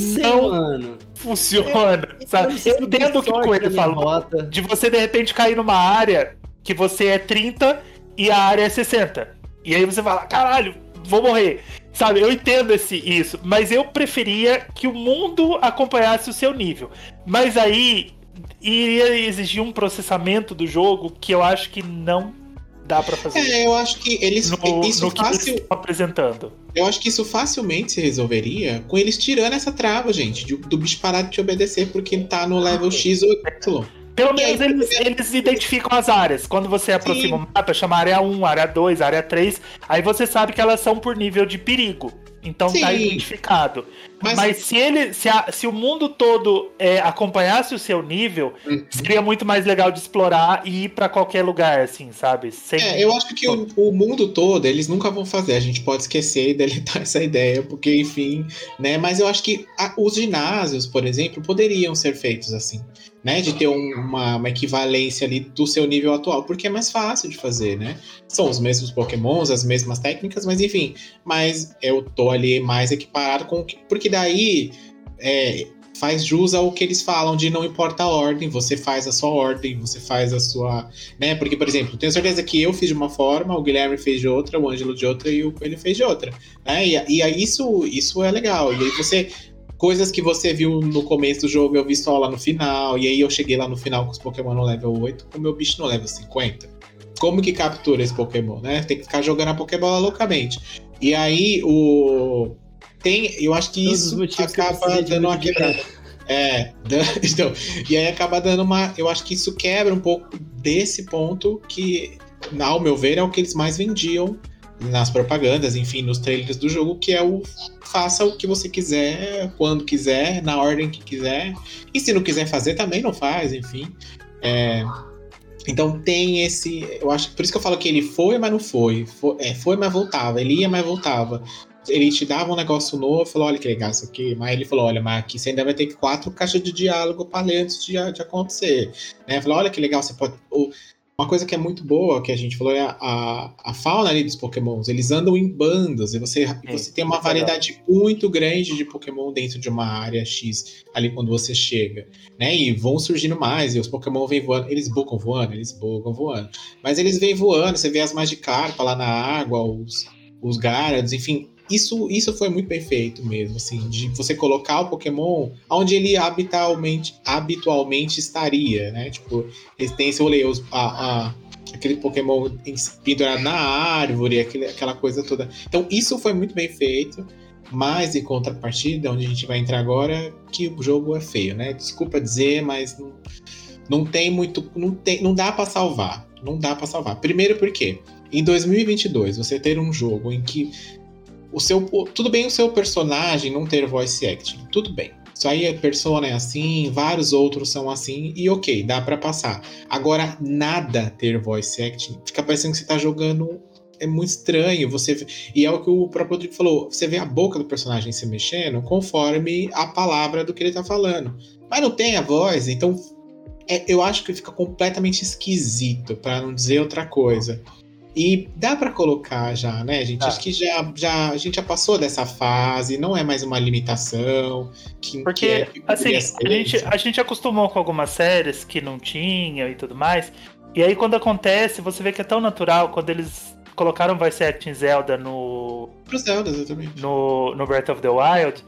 funciona, sabe? Eu entendo o que o Coelho falou, de você, de repente, cair numa área que você é 30 e a área é 60. E aí você fala, caralho, vou morrer. Sabe, eu entendo isso, mas eu preferia que o mundo acompanhasse o seu nível. Mas aí iria exigir um processamento do jogo que eu acho que não dá pra fazer. Eu acho que eles estão apresentando. Eu acho que isso facilmente se resolveria com eles tirando essa trava, gente, do bicho parar de te obedecer porque tá no level X ou Y. Pelo menos eles identificam as áreas. Quando você aproxima o mapa, chama área 1, área 2, área 3, aí você sabe que elas são por nível de perigo. Então tá identificado. Mas se o mundo todo acompanhasse o seu nível, seria muito mais legal de explorar e ir pra qualquer lugar, assim, sabe? Eu acho que o mundo todo, eles nunca vão fazer. A gente pode esquecer e deletar essa ideia, porque, enfim, né? Mas eu acho que os ginásios, por exemplo, poderiam ser feitos assim, né? De ter uma equivalência ali do seu nível atual, porque é mais fácil de fazer, né? São os mesmos pokémons, as mesmas técnicas, mas enfim. Mas eu tô ali mais equiparado com... Porque daí faz jus ao que eles falam de não importa a ordem, você faz a sua ordem, você faz a sua... né? Porque, por exemplo, tenho certeza que eu fiz de uma forma, o Guilherme fez de outra, o Ângelo de outra e o Coelho fez de outra. Né? E aí isso é legal. E aí você... Coisas que você viu no começo do jogo, eu vi só lá no final. E aí eu cheguei lá no final com os Pokémon no level 8, com o meu bicho no level 50. Como que captura esse Pokémon, né? Tem que ficar jogando a Pokébola loucamente. E aí eu acho que isso acaba dando uma quebrada. Então, e aí acaba dando uma... Eu acho que isso quebra um pouco desse ponto que, ao meu ver, é o que eles mais vendiam nas propagandas, enfim, nos trailers do jogo, que é o faça o que você quiser, quando quiser, na ordem que quiser. E se não quiser fazer, também não faz, enfim. Então tem esse... Eu acho, por isso que eu falo que ele foi, mas não foi. Foi, mas voltava. Ele ia, mas voltava. Ele te dava um negócio novo, falou, olha que legal isso aqui. Mas ele falou, olha, mas aqui você ainda vai ter 4 caixas de diálogo para ler antes de acontecer. Né? Falou, olha que legal, você pode... Uma coisa que é muito boa, que a gente falou, é a fauna ali dos Pokémons. Eles andam em bandas, e você tem uma variedade muito grande de Pokémon dentro de uma área X, ali quando você chega, né? E vão surgindo mais, e os Pokémon vêm voando. Eles bugam voando. Mas eles vêm voando, você vê as Magikarpa lá na água, os Gyarados, enfim... Isso foi muito bem feito mesmo, assim, de você colocar o Pokémon onde ele habitualmente estaria, né? Tipo, eles têm esse rolê, aquele Pokémon pendurado na árvore, aquela coisa toda. Então, isso foi muito bem feito, mas em contrapartida, onde a gente vai entrar agora, que o jogo é feio, né? Desculpa dizer, mas não tem muito... Não dá pra salvar. Não dá pra salvar. Primeiro porque, em 2022, você ter um jogo em que tudo bem o seu personagem não ter voice acting, tudo bem. Isso aí a Persona é assim, vários outros são assim, e ok, dá pra passar. Agora, nada ter voice acting, fica parecendo que você tá jogando... É muito estranho, e é o que o próprio Rodrigo falou, você vê a boca do personagem se mexendo conforme a palavra do que ele tá falando. Mas não tem a voz, então eu acho que fica completamente esquisito, pra não dizer outra coisa. E dá pra colocar já, né, gente? Acho que a gente já passou dessa fase, não é mais uma limitação. Porque, assim, a gente acostumou com algumas séries que não tinha e tudo mais, e aí quando acontece, você vê que é tão natural, quando eles colocaram voice acting Zelda Pro Zelda, exatamente. No Breath of the Wild,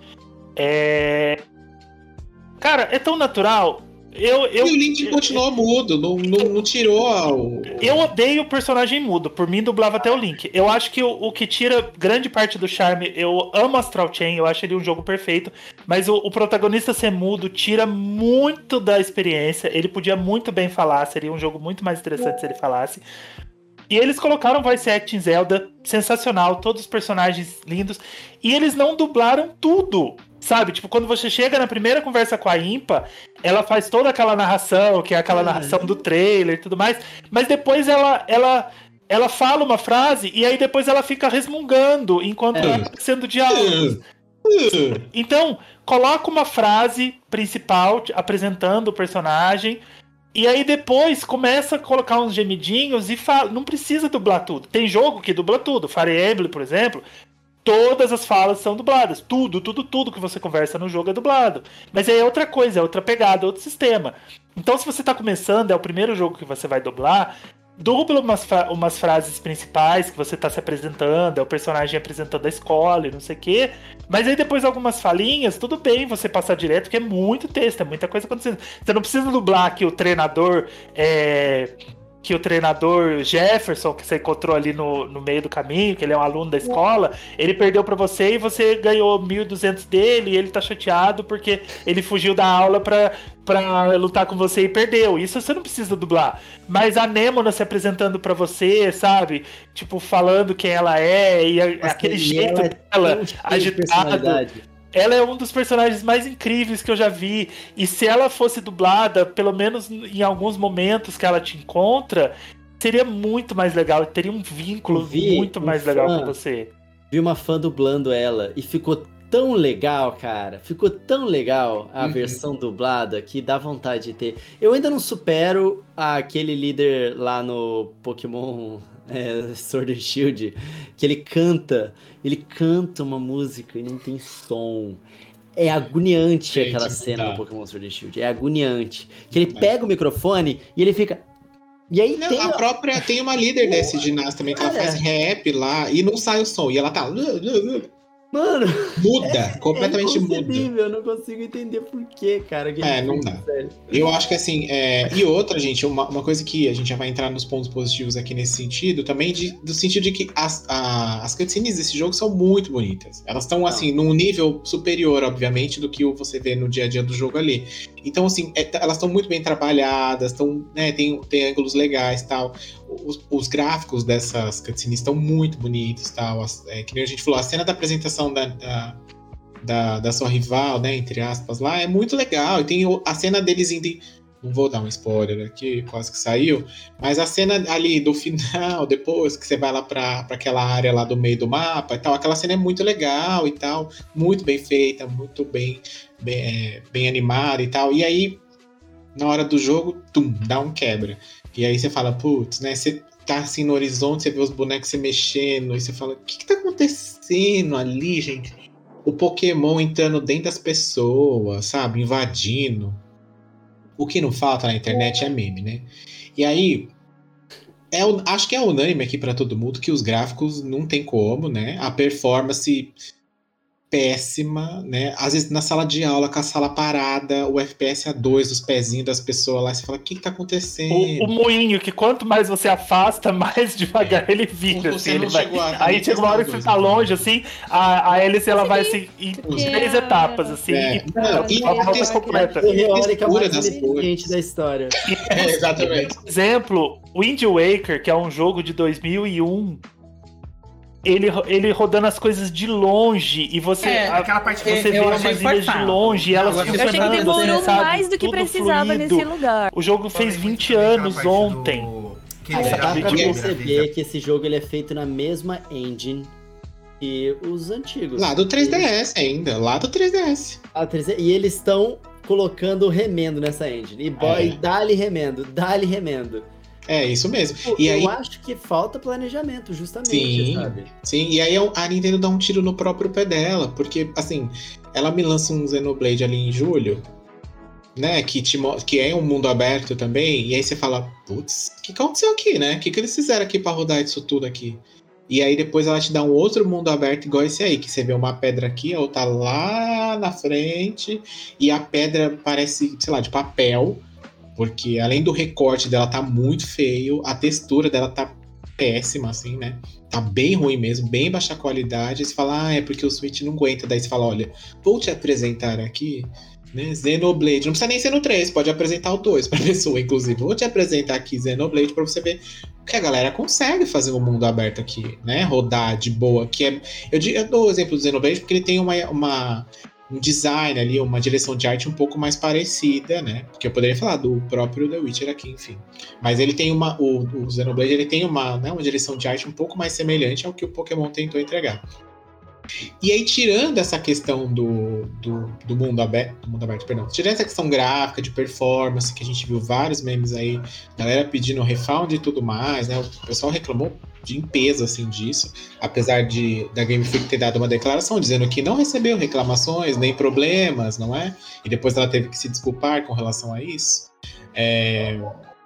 cara, é tão natural... E o Link continuou mudo, não tirou Eu odeio o personagem mudo, por mim dublava até o Link. Eu acho que o que tira grande parte do charme, eu amo Astral Chain, eu acho ele um jogo perfeito, mas o protagonista ser mudo tira muito da experiência, ele podia muito bem falar, seria um jogo muito mais interessante se ele falasse. E eles colocaram voice acting Zelda, sensacional, todos os personagens lindos, e eles não dublaram tudo. Sabe, tipo, quando você chega na primeira conversa com a Impa, ela faz toda aquela narração, que é aquela narração do trailer e tudo mais, mas depois ela fala uma frase e aí depois ela fica resmungando enquanto ela está sendo diálogo. Então, coloca uma frase principal apresentando o personagem e aí depois começa a colocar uns gemidinhos e fala, não precisa dublar tudo. Tem jogo que dubla tudo, Fire Emblem, por exemplo... Todas as falas são dubladas. Tudo que você conversa no jogo é dublado. Mas aí é outra coisa, é outra pegada, é outro sistema. Então, se você tá começando, é o primeiro jogo que você vai dublar, dubla umas frases principais que você tá se apresentando, é o personagem apresentando a escola e não sei o quê. Mas aí depois algumas falinhas, tudo bem você passar direto, porque é muito texto, é muita coisa acontecendo. Você não precisa dublar que o treinador que o treinador Jefferson, que você encontrou ali no meio do caminho, que ele é um aluno da escola, ele perdeu pra você e você ganhou 1.200 dele e ele tá chateado porque ele fugiu da aula pra lutar com você e perdeu. Isso você não precisa dublar. Mas a Nemona se apresentando pra você, sabe? Tipo, falando quem ela é e aquele jeito dela, agitado. Ela é um dos personagens mais incríveis que eu já vi. E se ela fosse dublada, pelo menos em alguns momentos que ela te encontra, seria muito mais legal. Teria um vínculo muito mais legal com você. Vi uma fã dublando ela e ficou tão legal, cara. Ficou tão legal a versão dublada que dá vontade de ter. Eu ainda não supero aquele líder lá no Pokémon Sword and Shield, que ele canta uma música e não tem som. É agoniante aquela cena no Pokémon Sword and Shield. É agoniante. Que ele pega o microfone e ele fica... E aí tem uma líder desse ginásio também, que ela faz rap lá e não sai o som. E ela tá... Mano, muda, completamente muda. Eu não consigo entender por quê, cara. Não dá. Sério. Eu acho que assim, e outra, gente, uma coisa que a gente já vai entrar nos pontos positivos aqui nesse sentido, também do sentido de que as cutscenes desse jogo são muito bonitas. Elas estão, assim, num nível superior, obviamente, do que você vê no dia a dia do jogo ali. Então, assim, elas estão muito bem trabalhadas, tem ângulos legais e tal. Os gráficos dessas cutscenes estão muito bonitos e tal. Que nem a gente falou, a cena da apresentação da sua rival, né, entre aspas, lá, é muito legal. E tem a cena deles indo... Não vou dar um spoiler aqui, quase que saiu. Mas a cena ali do final, depois que você vai lá pra aquela área lá do meio do mapa e tal, aquela cena é muito legal e tal. Muito bem feita, muito bem animada e tal. E aí, na hora do jogo, dá um quebra. E aí você fala, putz, né? Você tá assim no horizonte, você vê os bonecos se mexendo, e você fala, o que tá acontecendo ali, gente? O Pokémon entrando dentro das pessoas, sabe? Invadindo. O que não falta na internet é meme, né? E aí, acho que é unânime aqui pra todo mundo que os gráficos não tem como, né? A performance... péssima, né? Às vezes na sala de aula, com a sala parada, o FPS a 2, os pezinhos das pessoas lá, você fala, o que tá acontecendo? O moinho, que quanto mais você afasta, mais devagar ele vira. Assim, aí chega uma hora que você tá longe, assim, a hélice ela vai assim, em 3 etapas, assim, e a volta completa. Da história. Exatamente. Por exemplo, Wind Waker, que é um jogo de 2001, ele rodando as coisas de longe e você aquela parte você vê umas ilhas de longe e elas eu achei que demorou mais do que precisava fluido. Nesse lugar. O jogo fez 20 anos ontem. Dá pra perceber que esse jogo ele é feito na mesma engine que os antigos. Lá do 3DS ainda, lá do 3DS. E eles estão colocando remendo nessa engine. E dá-lhe remendo. É, isso mesmo. Eu acho que falta planejamento, justamente, sabe? Sim, e aí a Nintendo dá um tiro no próprio pé dela, porque, assim, ela me lança um Xenoblade ali em julho, né, que é um mundo aberto também, e aí você fala, putz, o que aconteceu aqui, né? O que eles fizeram aqui pra rodar isso tudo aqui? E aí depois ela te dá um outro mundo aberto igual esse aí, que você vê uma pedra aqui, a outra lá na frente, e a pedra parece, sei lá, de papel, porque além do recorte dela tá muito feio, a textura dela tá péssima, assim, né? Tá bem ruim mesmo, bem baixa qualidade. Aí você fala, é porque o Switch não aguenta. Daí você fala, olha, vou te apresentar aqui, né, Xenoblade. Não precisa nem ser no 3, pode apresentar o 2 pra pessoa, inclusive. Vou te apresentar aqui Xenoblade pra você ver que a galera consegue fazer um mundo aberto aqui, né? Rodar de boa. Eu dou o exemplo do Xenoblade porque ele tem um design ali, uma direção de arte um pouco mais parecida, né? Porque eu poderia falar do próprio The Witcher aqui, enfim. Mas ele tem o Xenoblade, ele tem uma direção de arte um pouco mais semelhante ao que o Pokémon tentou entregar. E aí, tirando essa questão do mundo aberto, tirando essa questão gráfica, de performance, que a gente viu vários memes aí, galera pedindo refund e tudo mais, né? O pessoal reclamou de peso, assim, disso, apesar da Game Freak ter dado uma declaração dizendo que não recebeu reclamações, nem problemas, não é? E depois ela teve que se desculpar com relação a isso.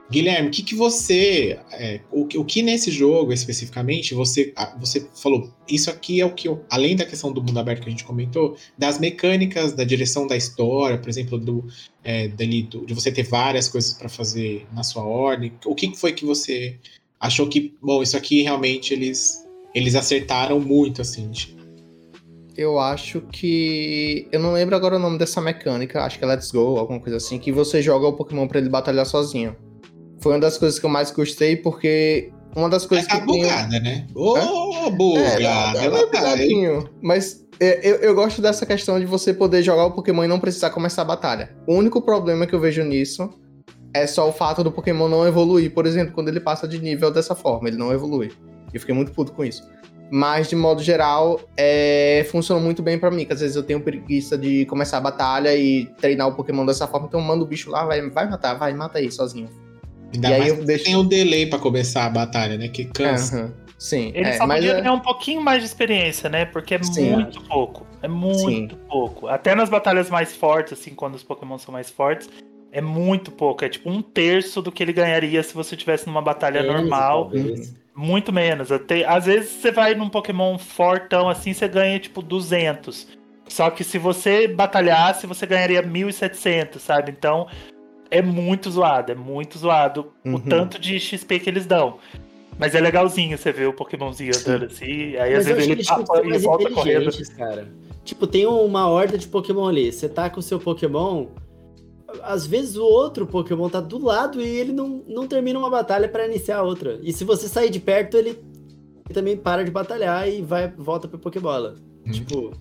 Guilherme, o que você... o que nesse jogo, especificamente, você falou, isso aqui é o que... além da questão do mundo aberto que a gente comentou, das mecânicas, da direção da história, por exemplo, de você ter várias coisas para fazer na sua ordem, o que foi que você achou que... Bom, isso aqui realmente eles acertaram muito, assim. Eu acho que... Eu não lembro agora o nome dessa mecânica, acho que é Let's Go, alguma coisa assim, que você joga o Pokémon pra ele batalhar sozinho. Foi uma das coisas que eu mais gostei, porque uma das coisas que bugada, né? Bugada. Ela é bugadinho, mas eu gosto dessa questão de você poder jogar o Pokémon e não precisar começar a batalha. O único problema que eu vejo nisso é só o fato do Pokémon não evoluir, por exemplo, quando ele passa de nível dessa forma, ele não evolui. Eu fiquei muito puto com isso. Mas, de modo geral, funciona muito bem pra mim, que às vezes eu tenho preguiça de começar a batalha e treinar o Pokémon dessa forma, então eu mando o bicho lá, mata aí sozinho. Ainda mais que tem um delay pra começar a batalha, né? Que cansa. Uhum. Sim. Ele só podia ganhar um pouquinho mais de experiência, né? Porque é muito pouco. É muito pouco. Até nas batalhas mais fortes, assim, quando os Pokémon são mais fortes, é muito pouco. É tipo 1/3 do que ele ganharia se você tivesse numa batalha normal. Muito menos. Às vezes você vai num Pokémon fortão assim, você ganha tipo 200. Só que se você batalhasse, você ganharia 1.700, sabe? Então... é muito zoado o tanto de XP que eles dão. Mas é legalzinho você ver o Pokémonzinho andando assim, aí às vezes ele passa e volta correndo. Cara. Tipo, tem uma horda de Pokémon ali, você tá com o seu Pokémon, às vezes o outro Pokémon tá do lado e ele não termina uma batalha pra iniciar outra. E se você sair de perto, ele também para de batalhar e volta pra Pokébola. Tipo...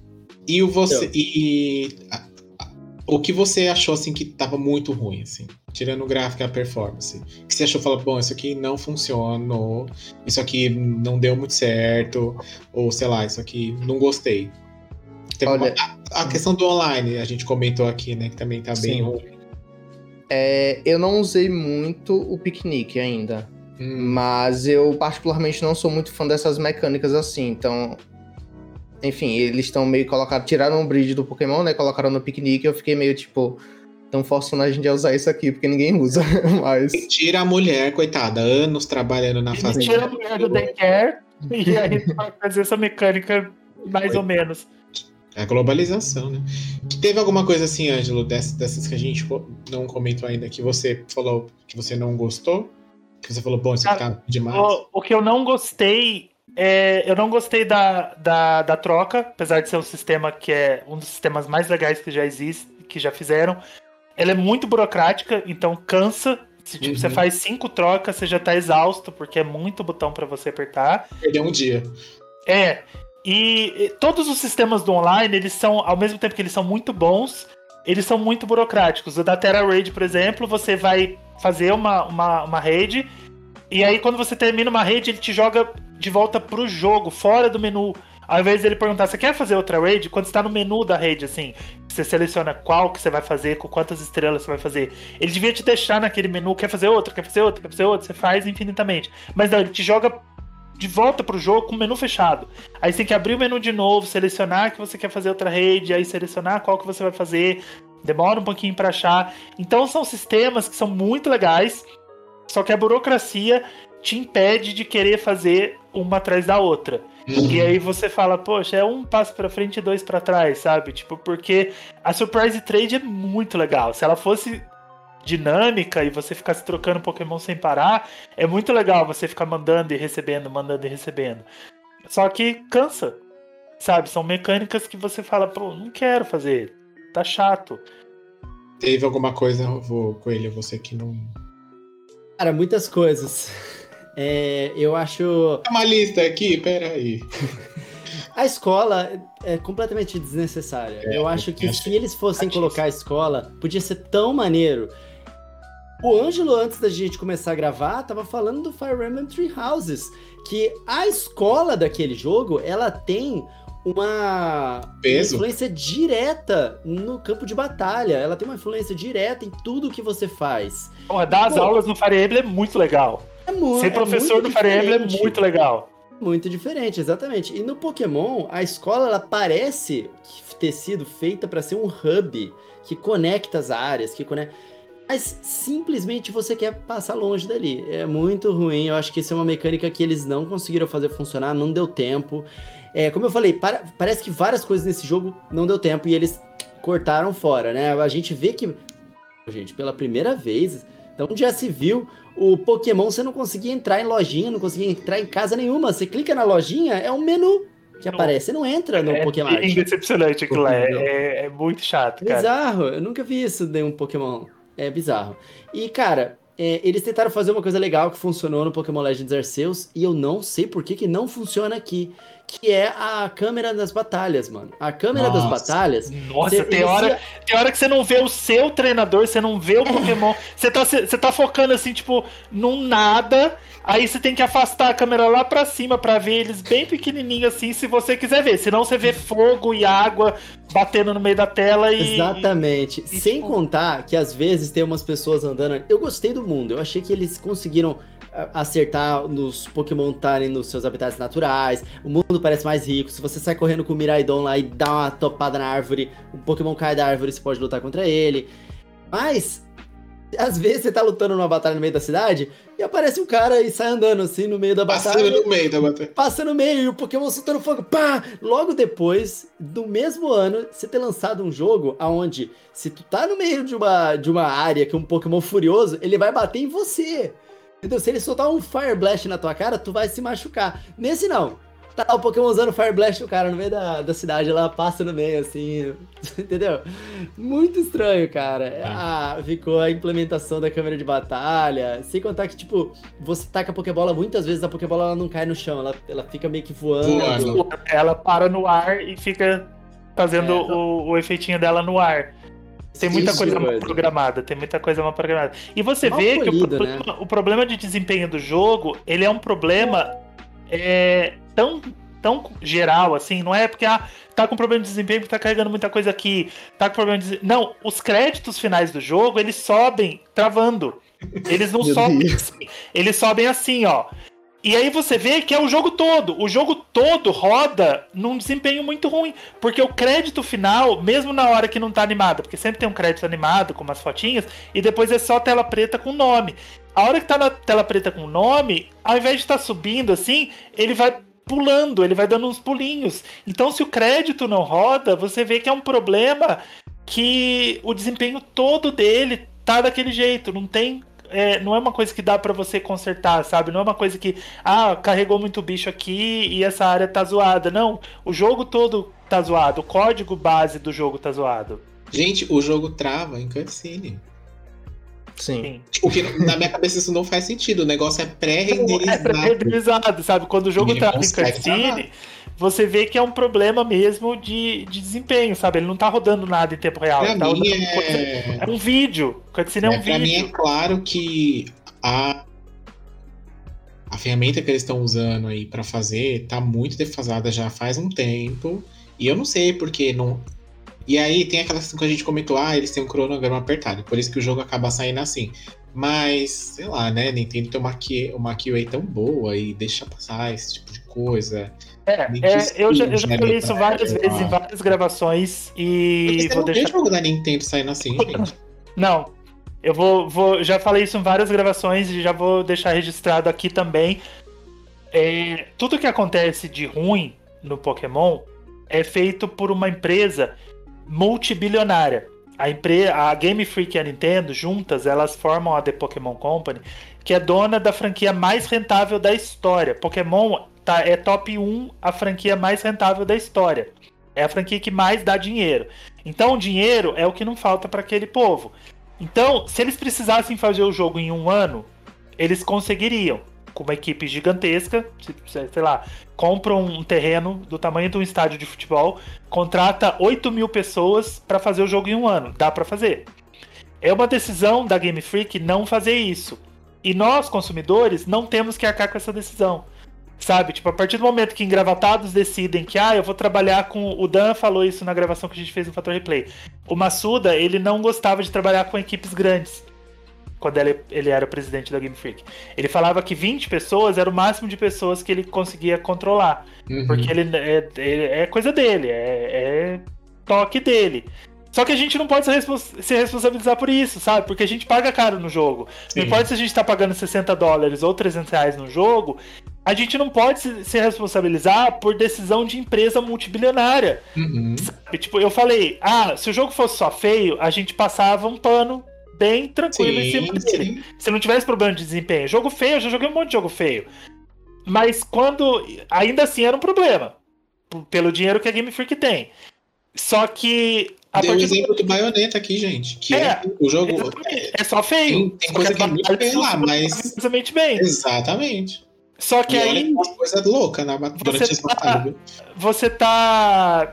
O que você achou, assim, que tava muito ruim, assim? Tirando o gráfico e a performance. Que você achou, falou, bom, isso aqui não funcionou, isso aqui não deu muito certo, ou sei lá, isso aqui não gostei. A questão do online, a gente comentou aqui, né, que também tá bem ruim. Eu não usei muito o piquenique ainda, mas eu particularmente não sou muito fã dessas mecânicas assim, então... Enfim, eles estão meio colocados... Tiraram o bridge do Pokémon, né? Colocaram no piquenique. Eu fiquei meio, tipo... Estão forçando a gente a usar isso aqui, porque ninguém usa. Mas... Tira a mulher, coitada. Anos trabalhando na fazenda. Tira a mulher do daycare. E aí vai fazer essa mecânica mais ou menos. É a globalização, né? Teve alguma coisa assim, Ângelo, dessas que a gente não comentou ainda, que você falou que você não gostou? Que você falou, bom, isso aqui tá demais. O que eu não gostei... eu não gostei da troca, apesar de ser um sistema que é um dos sistemas mais legais que já existe, que já fizeram. Ela é muito burocrática, então cansa. Se você faz 5 trocas, você já tá exausto, porque é muito botão para você apertar. Perdeu um dia. E todos os sistemas do online, eles são, ao mesmo tempo que eles são muito bons, eles são muito burocráticos. O da Terra Raid, por exemplo, você vai fazer uma raid, e aí quando você termina uma raid, ele te joga de volta pro jogo, fora do menu. Ao invés dele perguntar, você quer fazer outra raid? Quando você tá no menu da raid, assim, você seleciona qual que você vai fazer, com quantas estrelas você vai fazer. Ele devia te deixar naquele menu, quer fazer outra, você faz infinitamente. Mas não, ele te joga de volta pro jogo com o menu fechado. Aí você tem que abrir o menu de novo, selecionar que você quer fazer outra raid, aí selecionar qual que você vai fazer. Demora um pouquinho pra achar. Então são sistemas que são muito legais, só que a burocracia te impede de querer fazer uma atrás da outra. E aí você fala, poxa, é um passo pra frente e 2 pra trás, sabe? Tipo, porque a Surprise Trade é muito legal. Se ela fosse dinâmica e você ficasse trocando Pokémon sem parar, é muito legal você ficar mandando e recebendo. Só que cansa, sabe? São mecânicas que você fala, pô, não quero fazer, tá chato. Teve alguma coisa, Coelho, você que não... Cara, muitas coisas. Eu acho... Tem uma lista aqui, peraí. A escola é completamente desnecessária. Eu acho que se eles fossem colocar a escola, podia ser tão maneiro. O Ângelo, antes da gente começar a gravar, tava falando do Fire Emblem Three Houses, que a escola daquele jogo, ela tem uma influência direta no campo de batalha. Ela tem uma influência direta em tudo que você faz. Dar as aulas no Fire Emblem é muito legal. Ser professor do Fire Emblem é muito legal. Muito diferente, exatamente. E no Pokémon, a escola ela parece ter sido feita para ser um hub que conecta as áreas, mas simplesmente você quer passar longe dali. É muito ruim, eu acho que isso é uma mecânica que eles não conseguiram fazer funcionar, não deu tempo. Como eu falei, parece que várias coisas nesse jogo não deu tempo e eles cortaram fora, né? A gente vê que, gente, pela primeira vez, então já se viu o Pokémon, você não conseguia entrar em lojinha, não conseguia entrar em casa nenhuma. Você clica na lojinha, é um menu que aparece, você não entra no Pokémon. É decepcionante aquilo lá, é muito chato, cara. Bizarro, eu nunca vi isso de um Pokémon. É bizarro. E, cara, eles tentaram fazer uma coisa legal que funcionou no Pokémon Legends Arceus, e eu não sei por que não funciona aqui, que é a câmera das batalhas, mano. A câmera das batalhas... Nossa, tem hora que você não vê o seu treinador, você não vê o Pokémon, você tá focando assim, tipo, num nada, aí você tem que afastar a câmera lá pra cima pra ver eles bem pequenininhos assim, se você quiser ver. Senão você vê fogo e água batendo no meio da tela e... Exatamente. Sem contar que às vezes tem umas pessoas andando... Eu gostei do mundo, eu achei que eles conseguiram acertar nos Pokémon estarem nos seus habitats naturais, o mundo parece mais rico. Se você sai correndo com o Miraidon lá e dá uma topada na árvore, o Pokémon cai da árvore, você pode lutar contra ele. Mas, às vezes você tá lutando numa batalha no meio da cidade e aparece um cara e sai andando assim no meio da batalha. Passando no meio da batalha. Passa no meio e o Pokémon soltando fogo. Pá! Logo depois, do mesmo ano, você ter lançado um jogo onde, se tu tá no meio de uma área que um Pokémon furioso, ele vai bater em você. Entendeu? Se ele soltar um Fire Blast na tua cara, tu vai se machucar. Nesse não. Tá o Pokémon usando Fire Blast, o cara no meio da cidade, ela passa no meio, assim, entendeu? Muito estranho, cara. Ficou a implementação da câmera de batalha, sem contar que, tipo, você taca a Pokébola, muitas vezes a Pokébola ela não cai no chão, ela fica meio que voando. Ela para no ar e fica fazendo o efeitinho dela no ar. Tem muita coisa mal programada, E você vê que o problema de desempenho do jogo, ele é um problema tão geral, assim, não é porque tá com problema de desempenho porque tá carregando muita coisa aqui, tá com problema de... Não, os créditos finais do jogo, eles sobem travando. Eles não sobem assim, eles sobem assim, ó. E aí você vê que é o jogo todo. O jogo todo roda num desempenho muito ruim. Porque o crédito final, mesmo na hora que não tá animado, porque sempre tem um crédito animado com umas fotinhas, e depois é só tela preta com nome. A hora que tá na tela preta com nome, ao invés de estar subindo assim, ele vai pulando, ele vai dando uns pulinhos. Então se o crédito não roda, você vê que é um problema que o desempenho todo dele tá daquele jeito. Não é uma coisa que dá pra você consertar, sabe? Não é uma coisa que, carregou muito bicho aqui e essa área tá zoada. Não, o jogo todo tá zoado. O código base do jogo tá zoado. Gente, o jogo trava em cutscene. Sim. Porque na minha cabeça isso não faz sentido. O negócio é pré-renderizado. É pré-renderizado, sabe? Quando o jogo trava em cutscene, você vê que é um problema mesmo de desempenho, sabe? Ele não tá rodando nada em tempo real. Tá rodando é um vídeo. Cutscene é um vídeo. Pra mim é claro que a ferramenta que eles estão usando aí pra fazer tá muito defasada já faz um tempo. E eu não sei porque não... E aí tem aquela questão que a gente comentou, eles têm um cronograma apertado, por isso que o jogo acaba saindo assim. Mas, sei lá, né, Nintendo tem uma QA tão boa e deixa passar esse tipo de coisa. Eu já falei isso várias vezes em várias gravações e... Você não tem jogo da Nintendo saindo assim, gente? Não, eu já falei isso em várias gravações e já vou deixar registrado aqui também. Tudo que acontece de ruim no Pokémon é feito por uma empresa multibilionária. A Game Freak e a Nintendo, juntas, elas formam a The Pokémon Company, que é dona da franquia mais rentável da história. Pokémon é top 1 a franquia mais rentável da história. É a franquia que mais dá dinheiro. Então o dinheiro é o que não falta para aquele povo. Então, se eles precisassem fazer o jogo em um ano, eles conseguiriam. Com uma equipe gigantesca, sei lá, compra um terreno do tamanho de um estádio de futebol, contrata 8.000 pessoas para fazer o jogo em um ano. Dá para fazer. É uma decisão da Game Freak não fazer isso. E nós, consumidores, não temos que arcar com essa decisão. Sabe? Tipo, a partir do momento que engravatados decidem que, eu vou trabalhar com... O Dan falou isso na gravação que a gente fez no Fator Replay. O Massuda, ele não gostava de trabalhar com equipes grandes. Quando ele era o presidente da Game Freak. Ele falava que 20 pessoas era o máximo de pessoas que ele conseguia controlar. Porque ele é coisa dele, é toque dele. Só que a gente não pode se responsabilizar por isso, sabe? Porque a gente paga caro no jogo. Sim. Não importa se a gente tá pagando $60 ou R$300 no jogo, a gente não pode se responsabilizar por decisão de empresa multibilionária. Sabe? Tipo, eu falei, se o jogo fosse só feio, a gente passava um pano bem tranquilo em cima dele. Se não tivesse problema de desempenho. Jogo feio, eu já joguei um monte de jogo feio. Mas ainda assim era um problema. Pelo dinheiro que a Game Freak tem. Só que... Deu o exemplo do Bayonetta aqui, gente. Que o jogo... É só feio. Tem coisa que é muito bem lá, mas... Bem. Exatamente. Só que aí... É uma coisa louca durante esse batalha. Você tá...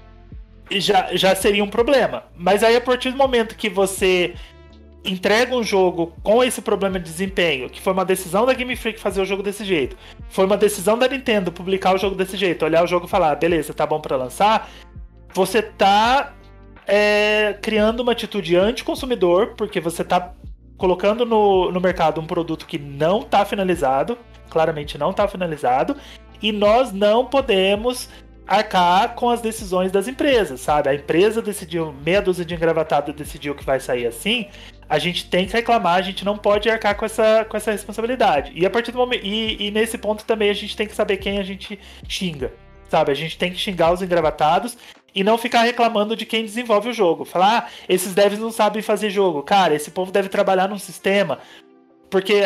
Já seria um problema. Mas aí, a partir do momento que você entrega um jogo com esse problema de desempenho, que foi uma decisão da Game Freak fazer o jogo desse jeito, foi uma decisão da Nintendo publicar o jogo desse jeito, olhar o jogo e falar, beleza, tá bom pra lançar, você tá criando uma atitude anti-consumidor, porque você tá colocando no mercado um produto que não tá finalizado, claramente não tá finalizado, e nós não podemos arcar com as decisões das empresas, sabe? A empresa decidiu, meia dúzia de engravatados decidiu que vai sair assim, a gente tem que reclamar, a gente não pode arcar com essa responsabilidade. E a partir do momento, e nesse ponto também a gente tem que saber quem a gente xinga, sabe? A gente tem que xingar os engravatados e não ficar reclamando de quem desenvolve o jogo. Falar, esses devs não sabem fazer jogo. Cara, esse povo deve trabalhar num sistema... Porque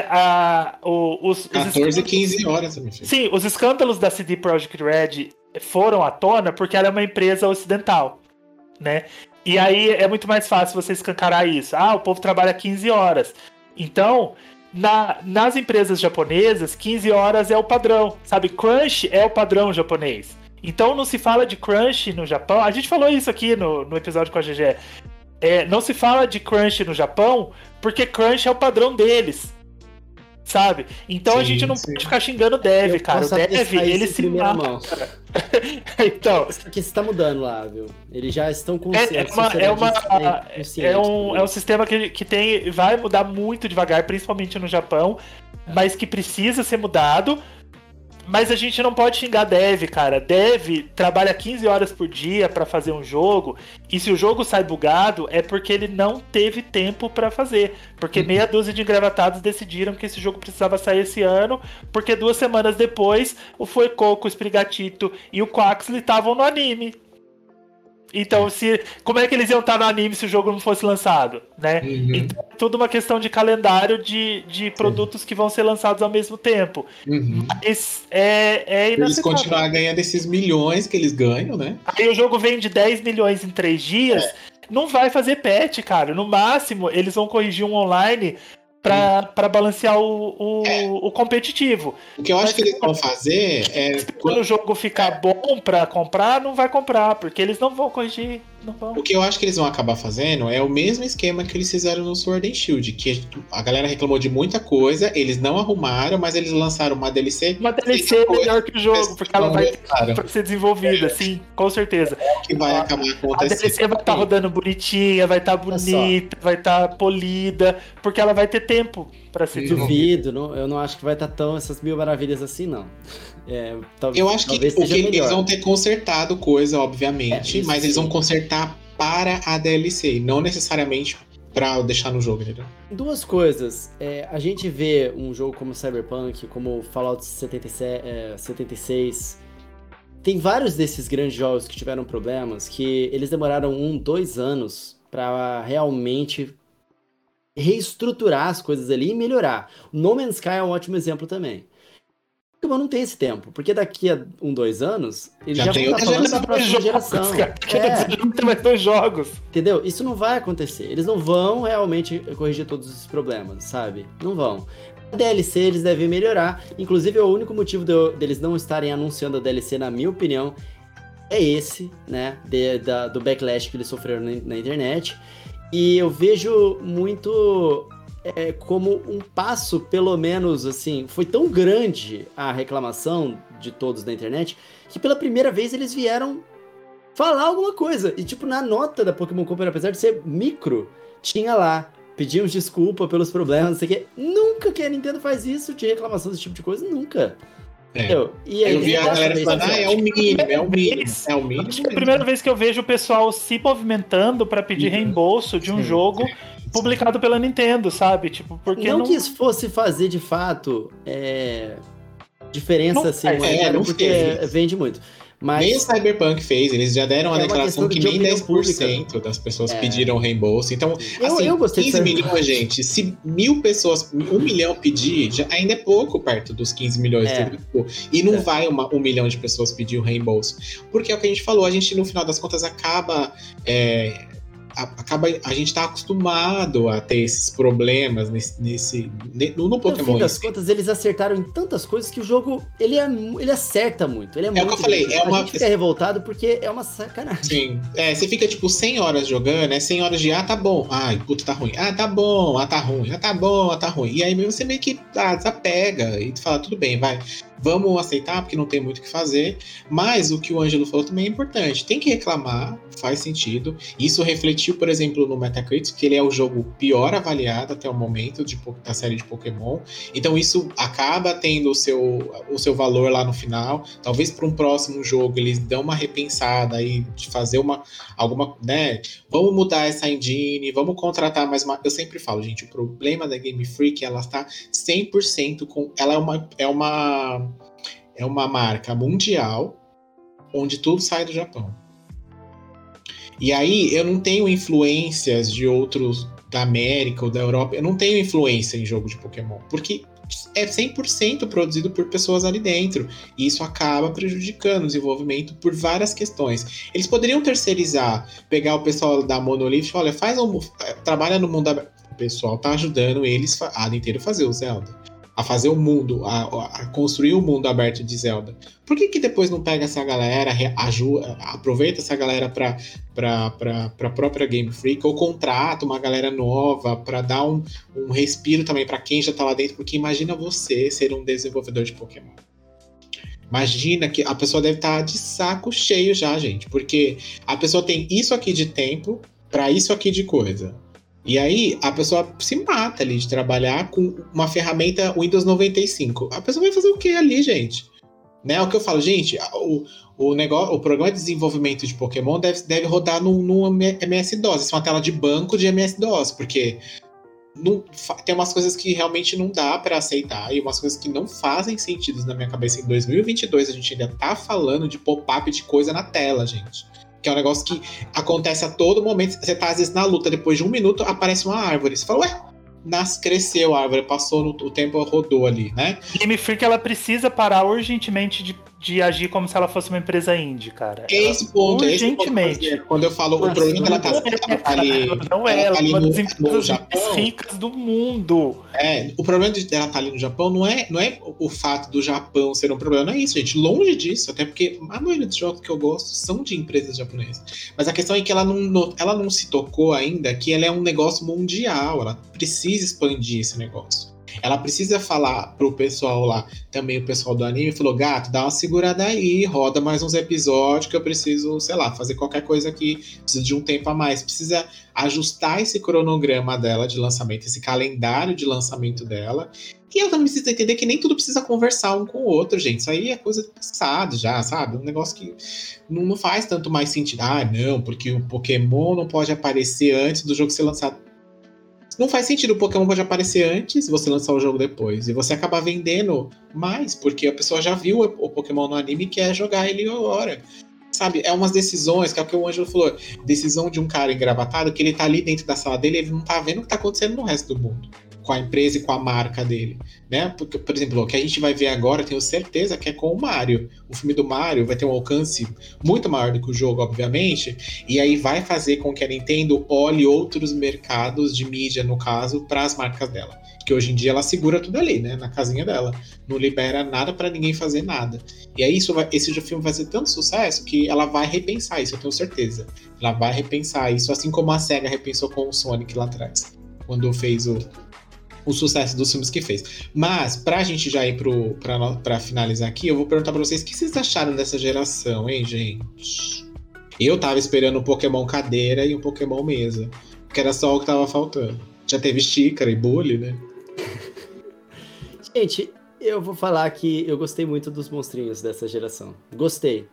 os 14, 15 horas. Sim, os escândalos da CD Projekt Red foram à tona porque ela é uma empresa ocidental, né? E aí é muito mais fácil você escancarar isso. O povo trabalha 15 horas. Então, nas empresas japonesas, 15 horas é o padrão, sabe? Crunch é o padrão japonês. Então não se fala de crunch no Japão. A gente falou isso aqui no episódio com a GG. Não se fala de crunch no Japão porque crunch é o padrão deles. Sabe? Então a gente não pode ficar xingando o dev, cara. O dev, ele se mata. Então. Isso aqui está mudando lá, viu? Eles já estão conscientes. É um sistema que vai mudar muito devagar, principalmente no Japão, mas que precisa ser mudado. Mas a gente não pode xingar dev, cara. Dev trabalha 15 horas por dia pra fazer um jogo, e se o jogo sai bugado, é porque ele não teve tempo pra fazer. Porque meia dúzia de engravatados decidiram que esse jogo precisava sair esse ano, porque 2 semanas depois, o Fuecoco, o Sprigatito e o Quaxley estavam no anime. Então, como é que eles iam estar no anime se o jogo não fosse lançado, né? Então, é tudo uma questão de calendário de produtos que vão ser lançados ao mesmo tempo. Mas é inaceitável. Eles continuar ganhando esses milhões que eles ganham, né? Aí o jogo vende 10 milhões em 3 dias, não vai fazer patch, cara. No máximo, eles vão corrigir um online pra balancear o competitivo. O que eu acho que eles vão fazer é... Quando o jogo ficar bom pra comprar, não vai comprar, porque eles não vão corrigir. Não vão. O que eu acho que eles vão acabar fazendo é o mesmo esquema que eles fizeram no Sword and Shield, que a galera reclamou de muita coisa, eles não arrumaram, mas eles lançaram uma DLC. Uma DLC melhor que o jogo, porque ela vai ser desenvolvida, sim, com certeza. É o que vai acabar acontecendo. A DLC vai estar rodando bonitinha, vai estar bonita, vai estar polida, porque ela vai ter tempo pra ser desenvolvida. Duvido, eu não acho que vai estar tão essas mil maravilhas assim, não. Eu acho que eles vão ter consertado coisa, obviamente, mas eles vão consertar para a DLC, não necessariamente para deixar no jogo, entendeu? 2 coisas. A gente vê um jogo como Cyberpunk, como Fallout 76. Tem vários desses grandes jogos que tiveram problemas que eles demoraram 1-2 anos para realmente reestruturar as coisas ali e melhorar. No Man's Sky é um ótimo exemplo também. Pokémon não tem esse tempo, porque daqui a 1-2 anos ele já vai estar falando da próxima geração. Tem mais 2 jogos. Entendeu? Isso não vai acontecer. Eles não vão realmente corrigir todos os problemas, sabe? Não vão. A DLC eles devem melhorar. Inclusive, o único motivo deles não estarem anunciando a DLC, na minha opinião, é esse, né? Do backlash que eles sofreram na internet. E eu vejo muito... como um passo, pelo menos, assim, foi tão grande a reclamação de todos na internet, que pela primeira vez eles vieram falar alguma coisa. E, tipo, na nota da Pokémon Company, apesar de ser micro, tinha lá, pedimos desculpa pelos problemas, não sei o quê. Nunca que a Nintendo faz isso de reclamação desse tipo de coisa, nunca. Eu vi a galera falando, é o mínimo. Acho que é a primeira vez que eu vejo o pessoal se movimentando pra pedir reembolso de um jogo publicado pela Nintendo, sabe? Tipo, porque não que isso fosse fazer de fato diferença, assim, porque vende muito. Mas... Nem o Cyberpunk fez, eles já deram uma declaração que nem 10% das pessoas pediram reembolso. Então, eu gostei 15 milhões, gente, se 1.000 pessoas, 1 milhão pedir, ainda é pouco perto dos 15 milhões. E não vai 1 milhão de pessoas pedir o reembolso. Porque é o que a gente falou, a gente no final das contas acaba a gente tá acostumado a ter esses problemas no Pokémon. No fim das contas, eles acertaram em tantas coisas que o jogo, ele acerta muito. Ele é muito o que eu falei, a gente fica revoltado porque é uma sacanagem. Sim, você fica tipo 100 horas jogando, 100 horas de tá bom, ai, puta, tá ruim, tá bom, tá ruim, tá bom, tá ruim. E aí você meio que desapega e tu fala, tudo bem, vai. Vamos aceitar, porque não tem muito o que fazer. Mas o que o Ângelo falou também é importante. Tem que reclamar, faz sentido. Isso refletiu, por exemplo, no Metacritic, que ele é o jogo pior avaliado até o momento da série de Pokémon. Então isso acaba tendo o seu valor lá no final. Talvez para um próximo jogo eles dão uma repensada aí de fazer alguma, né? Vamos mudar essa engine, vamos contratar mais uma... Eu sempre falo, gente, o problema da Game Freak, ela está 100% com... Ela é uma marca mundial onde tudo sai do Japão. E aí eu não tenho influências de outros da América ou da Europa, eu não tenho influência em jogo de Pokémon, porque é 100% produzido por pessoas ali dentro, e isso acaba prejudicando o desenvolvimento por várias questões. Eles poderiam terceirizar, pegar o pessoal da Monolith, olha, trabalha no mundo aberto. O pessoal tá ajudando eles a Nintendo fazer o Zelda, a fazer o mundo, a construir o mundo aberto de Zelda. Por que depois não pega essa galera, aproveita essa galera pra própria Game Freak, ou contrata uma galera nova pra dar um respiro também pra quem já tá lá dentro? Porque imagina você ser um desenvolvedor de Pokémon. Imagina que a pessoa deve estar de saco cheio já, gente, porque a pessoa tem isso aqui de tempo pra isso aqui de coisa. E aí, a pessoa se mata ali de trabalhar com uma ferramenta Windows 95. A pessoa vai fazer o que ali, gente? Né? O que eu falo, gente, o programa de desenvolvimento de Pokémon deve rodar no MS-DOS. Isso é uma tela de banco de MS-DOS, porque tem umas coisas que realmente não dá pra aceitar e umas coisas que não fazem sentido na minha cabeça. Em 2022, a gente ainda tá falando de pop-up de coisa na tela, gente. Que é um negócio que acontece a todo momento. Você tá, às vezes, na luta, depois de 1 minuto, aparece uma árvore. Você fala, cresceu a árvore, passou o tempo, rodou ali, né? Game Freak, ela precisa parar urgentemente de agir como se ela fosse uma empresa indie, cara. Esse ponto, urgentemente. Quando eu falo, o problema que ela tá ali... Não é, ela é uma das empresas mais ricas do mundo. O problema dela estar ali no Japão não é o fato do Japão ser um problema, não é isso, gente. Longe disso, até porque a maioria dos jogos que eu gosto são de empresas japonesas. Mas a questão é que ela não se tocou ainda que ela é um negócio mundial, ela precisa expandir esse negócio. Ela precisa falar pro pessoal lá, também o pessoal do anime, falou, gato, dá uma segurada aí, roda mais uns episódios que eu preciso, sei lá, fazer qualquer coisa aqui, preciso de um tempo a mais, precisa ajustar esse cronograma dela de lançamento, esse calendário de lançamento dela, e ela também precisa entender que nem tudo precisa conversar um com o outro, gente, isso aí é coisa do passado já, sabe, um negócio que não faz tanto mais sentido, não, porque o Pokémon não pode aparecer antes do jogo ser lançado. Não faz sentido, o Pokémon pode aparecer antes e você lançar o jogo depois. E você acabar vendendo mais, porque a pessoa já viu o Pokémon no anime e quer jogar ele agora. Sabe, é umas decisões, que é o que o Ângelo falou. Decisão de um cara engravatado, que ele tá ali dentro da sala dele e ele não tá vendo o que tá acontecendo no resto do mundo. Com a empresa e com a marca dele, né? Porque, por exemplo, o que a gente vai ver agora, tenho certeza que é com o Mario. O filme do Mario vai ter um alcance muito maior do que o jogo, obviamente, e aí vai fazer com que a Nintendo olhe outros mercados de mídia, no caso, para as marcas dela. Que hoje em dia ela segura tudo ali, né? Na casinha dela. Não libera nada para ninguém fazer nada. E aí esse filme vai ser tanto sucesso que ela vai repensar isso, eu tenho certeza. Ela vai repensar isso, assim como a SEGA repensou com o Sonic lá atrás, quando fez o sucesso dos filmes que fez. Mas, pra gente já ir pra finalizar aqui, eu vou perguntar pra vocês o que vocês acharam dessa geração, hein, gente? Eu tava esperando um Pokémon cadeira e um Pokémon mesa, que era só o que tava faltando. Já teve xícara e bule, né? Gente, Eu vou falar que eu gostei muito dos monstrinhos dessa geração. Gostei.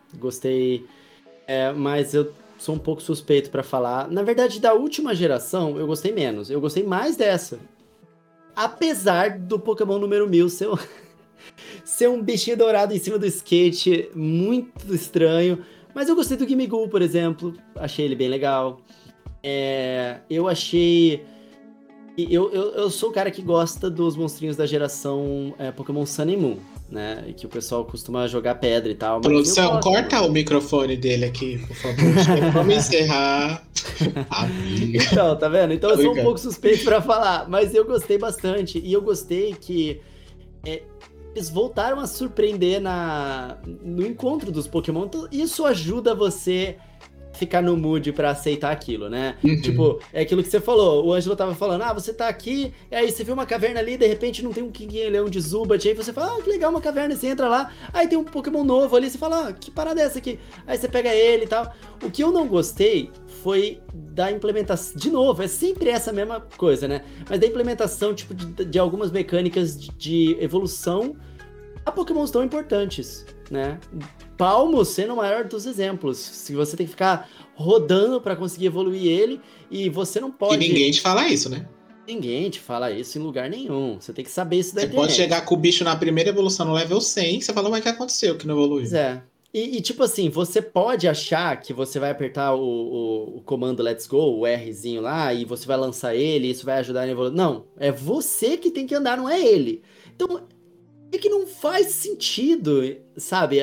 Mas eu sou um pouco suspeito pra falar. Na verdade, da última geração, eu gostei menos. Eu gostei mais dessa. Apesar do Pokémon número 1000 ser um bichinho dourado em cima do skate, muito estranho. Mas eu gostei do Gimmighoul, por exemplo. Achei ele bem legal. Eu achei... Eu sou o cara que gosta dos monstrinhos da geração Pokémon Sun and Moon, né? Que o pessoal costuma jogar pedra e tal. Produção, corta o microfone dele aqui, por favor. Vamos encerrar. Então, tá vendo? Então eu sou um pouco suspeito pra falar, mas eu gostei bastante. E eu gostei que eles voltaram a surpreender no encontro dos Pokémon. Então, isso ajuda você ficar no mood pra aceitar aquilo, né? Uhum. Tipo, é aquilo que você falou. O Ângelo tava falando, você tá aqui, e aí você vê uma caverna ali, de repente não tem um King Leão de Zubat, aí você fala, que legal, uma caverna, e você entra lá, aí tem um Pokémon novo ali, você fala, que parada é essa aqui? Aí você pega ele e tal. O que eu não gostei foi da implementação, de novo, é sempre essa mesma coisa, né? Mas da implementação, tipo, de algumas mecânicas de evolução a Pokémons tão importantes, né? Palmo sendo o maior dos exemplos. Se você tem que ficar rodando pra conseguir evoluir ele, e você não pode... E ninguém te fala isso, né? Ninguém te fala isso em lugar nenhum. Você tem que saber isso da internet. Você pode chegar com o bicho na primeira evolução no level 100, você fala, mas o que aconteceu que não evoluiu? Pois é. E tipo assim, você pode achar que você vai apertar o comando Let's Go, o Rzinho lá, e você vai lançar ele, e isso vai ajudar a evoluir. Não, é você que tem que andar, não é ele. Então, é que não faz sentido, sabe?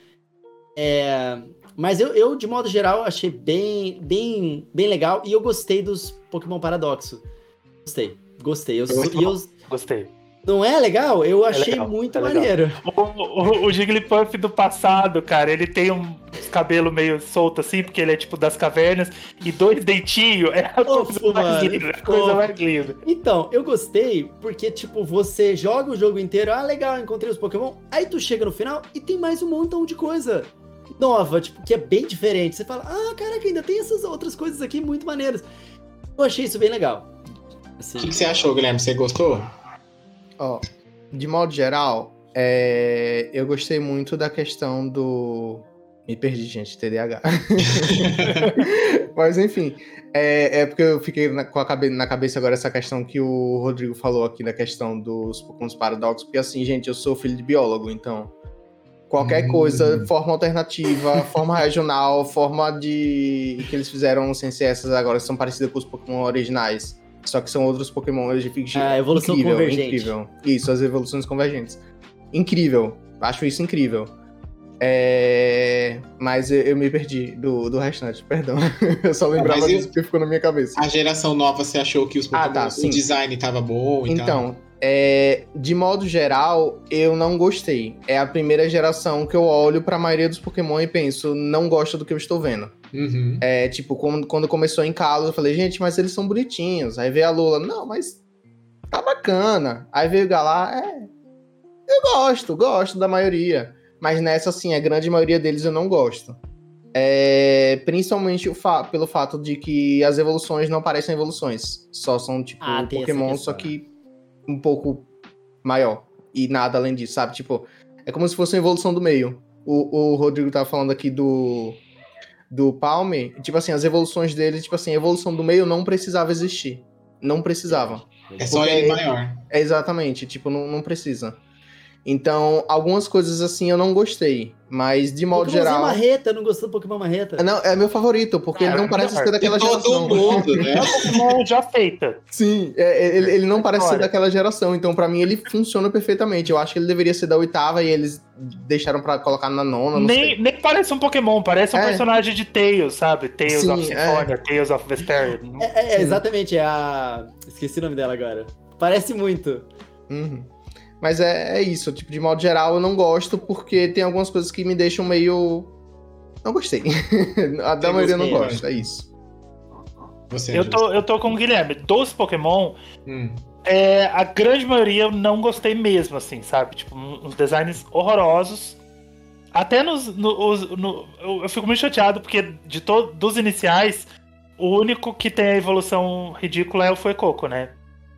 Mas eu, de modo geral, achei bem legal, e eu gostei dos Pokémon Paradoxo. Gostei. Gostei. Não é legal? Eu achei muito maneiro. O Jigglypuff do passado, cara, ele tem uns cabelos meio solto assim, porque ele é tipo das cavernas, e 2 dentinhos, é a coisa mais linda. Então, eu gostei, porque tipo, você joga o jogo inteiro, legal, encontrei os Pokémon, aí tu chega no final e tem mais um montão de coisa nova, tipo, que é bem diferente. Você fala, caraca, ainda tem essas outras coisas aqui muito maneiras. Eu achei isso bem legal. Assim, o que você achou, Guilherme? Você gostou? De modo geral, eu gostei muito da questão do... Me perdi, gente, TDAH. Mas, enfim, é porque eu fiquei na cabeça agora essa questão que o Rodrigo falou aqui, da questão dos Pokémon Paradoxos, porque assim, gente, eu sou filho de biólogo, então qualquer coisa, forma alternativa, forma regional, forma que eles fizeram sem ser essas agora, que são parecidas com os Pokémon originais, só que são outros Pokémon, eu fico evolução convergente. Incrível. Isso, as evoluções convergentes. Incrível. Acho isso incrível. Mas eu me perdi do restante, perdão. Eu só lembrava disso porque ficou na minha cabeça. A geração nova, você achou que os Pokémon, o design tava bom e tal? Então, de modo geral, eu não gostei. É a primeira geração que eu olho pra maioria dos Pokémon e penso, não gosto do que eu estou vendo. Uhum. Tipo, quando começou em Kalos, eu falei, gente, mas eles são bonitinhos. Aí veio a Lola, não, mas tá bacana. Aí veio o Galar, eu gosto da maioria. Mas nessa, assim, a grande maioria deles eu não gosto. Principalmente pelo fato de que as evoluções não parecem evoluções. Só são, tipo, Pokémon, só que um pouco maior. E nada além disso, sabe? Tipo, é como se fosse uma evolução do meio. O Rodrigo tava falando aqui do Palme. Tipo assim, as evoluções dele, tipo assim, a evolução do meio não precisava existir. Não precisava. É só ele maior. Exatamente, tipo, não precisa. Então, algumas coisas assim eu não gostei, mas de modo geral... Marreta, não gostou do Pokémon Marreta? Não, é meu favorito, porque ele não parece ser daquela geração. Todo mundo, né? É um Pokémon já feita. Sim, ele não parece ser daquela geração, então pra mim ele funciona perfeitamente. Eu acho que ele deveria ser da 8ª e eles deixaram pra colocar na 9ª, nem parece um Pokémon, parece um personagem de Tails, sabe? Tails of Symphonia, Tails of Vesperia. Exatamente, esqueci o nome dela agora. Parece muito. Uhum. Mas é isso, tipo, de modo geral eu não gosto porque tem algumas coisas que me deixam meio... Não gostei. Da maioria eu não gosto, é isso. Eu tô com o Guilherme. Dos Pokémon, a grande maioria eu não gostei mesmo, assim, sabe? Tipo, uns designs horrorosos. Até eu fico muito chateado porque dos iniciais, o único que tem a evolução ridícula é o Fuecoco, né?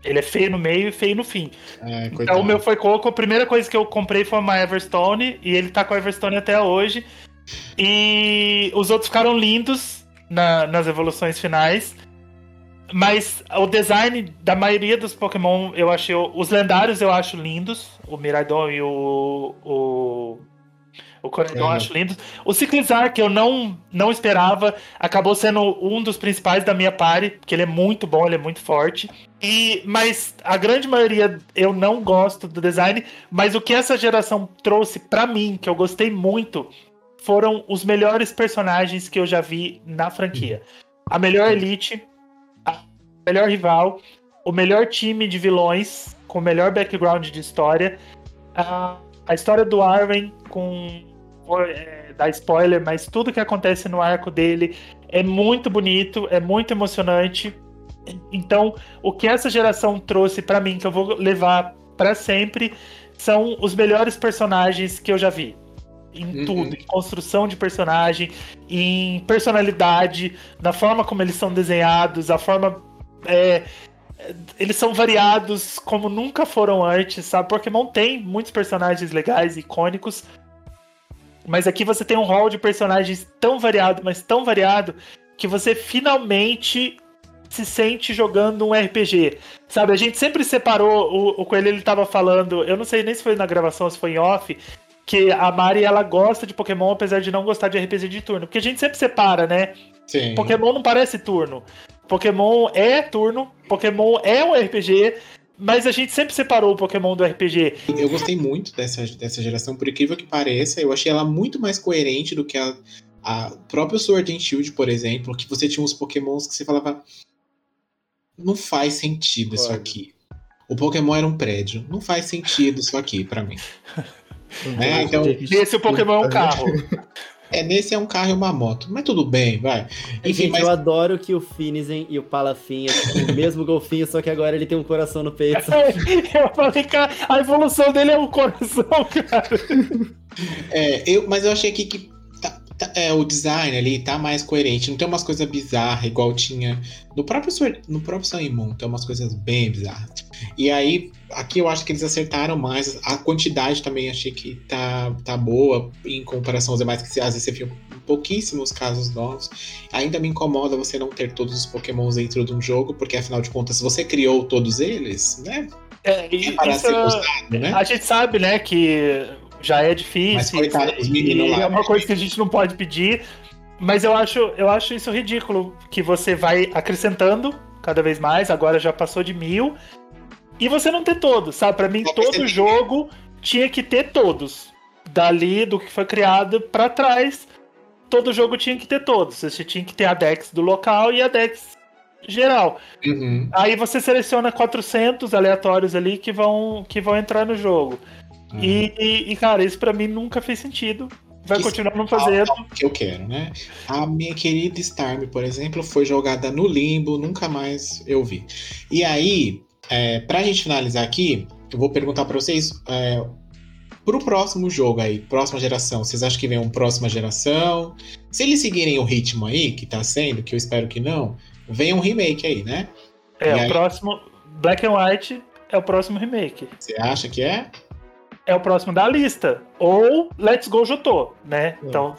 Ele é feio no meio e feio no fim. Então o meu foi Coco. A primeira coisa que eu comprei foi uma Everstone. E ele tá com a Everstone até hoje. E os outros ficaram lindos nas evoluções finais. Mas o design da maioria dos Pokémon eu achei... Os lendários eu acho lindos. O Miraidon e o Coridon eu acho lindo. O Ciclizar, que eu não esperava, acabou sendo um dos principais da minha party, porque ele é muito bom, ele é muito forte. Mas a grande maioria eu não gosto do design, mas o que essa geração trouxe pra mim, que eu gostei muito, foram os melhores personagens que eu já vi na franquia. A melhor Elite, a melhor rival, o melhor time de vilões, com o melhor background de história, a história do Arwen dá spoiler, mas tudo que acontece no arco dele é muito bonito, é muito emocionante. Então, o que essa geração trouxe pra mim, que eu vou levar pra sempre, são os melhores personagens que eu já vi. Em tudo, em construção de personagem, em personalidade, na forma como eles são desenhados, a forma... eles são variados como nunca foram antes, sabe? Pokémon tem muitos personagens legais, icônicos, mas aqui você tem um hall de personagens tão variado, mas tão variado, que você finalmente se sente jogando um RPG. Sabe, a gente sempre separou, o Coelho ele tava falando, eu não sei nem se foi na gravação ou se foi em off, que a Mari ela gosta de Pokémon, apesar de não gostar de RPG de turno. Porque a gente sempre separa, né? Sim. Pokémon não parece turno. Pokémon é turno, Pokémon é um RPG, mas a gente sempre separou o Pokémon do RPG. Eu gostei muito dessa geração, por incrível que pareça. Eu achei ela muito mais coerente do que a própria Sword and Shield, por exemplo, que você tinha uns Pokémons que você falava, não faz sentido isso aqui. O Pokémon era um prédio, não faz sentido isso aqui pra mim. Então, esse o Pokémon é um carro. Nesse é um carro e uma moto. Mas tudo bem, vai. Enfim, gente, eu adoro que o Finizen e o Palafin é o mesmo golfinho, só que agora ele tem um coração no peito. Eu falei, cara, a evolução dele é um coração, cara. Mas eu achei que o design ali tá mais coerente. Não tem umas coisas bizarras, igual tinha no próprio Sun e Moon. Tem umas coisas bem bizarras. E aí, aqui eu acho que eles acertaram mais. A quantidade também achei que tá boa em comparação aos demais, que às vezes você viu pouquíssimos casos novos. Ainda me incomoda você não ter todos os Pokémons dentro de um jogo, porque afinal de contas, se você criou todos eles, né? Para ser gostado, né? A gente sabe, né, que já é difícil, é uma coisa que a gente não pode pedir, mas eu acho isso ridículo, que você vai acrescentando cada vez mais, agora já passou de 1000, e você não ter todos, sabe? Pra mim, todo jogo tinha que ter todos. Dali, do que foi criado pra trás, todo jogo tinha que ter todos. Você tinha que ter a Dex do local e a Dex geral. Aí você seleciona 400 aleatórios ali que vão entrar no jogo. E, cara, isso pra mim nunca fez sentido. Vai continuar não fazendo. Que eu quero, né? A minha querida Starmie, por exemplo, foi jogada no limbo, nunca mais eu vi. E aí, pra gente finalizar aqui, eu vou perguntar pra vocês, pro próximo jogo aí, próxima geração, vocês acham que vem uma próxima geração? Se eles seguirem o ritmo aí, que tá sendo, que eu espero que não, vem um remake aí, né? Próximo, Black and White é o próximo remake. Você acha que é? É o próximo da lista. Ou Let's Go Jotô, né? Então,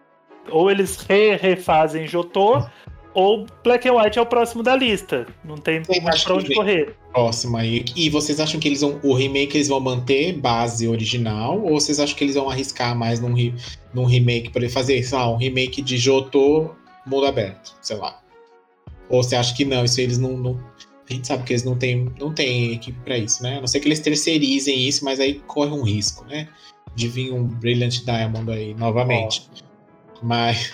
ou eles refazem Jotô, ou Black and White é o próximo da lista. Não tem mais pra onde correr. Próximo aí. E vocês acham que o remake eles vão manter base original? Ou vocês acham que eles vão arriscar mais num remake, para fazer, sei lá, um remake de Jotô mundo aberto, sei lá? Ou você acha que não? Isso eles não... A gente sabe que eles não têm equipe pra isso, né? A não ser que eles terceirizem isso, mas aí corre um risco, né? De vir um Brilliant Diamond aí novamente. Mas...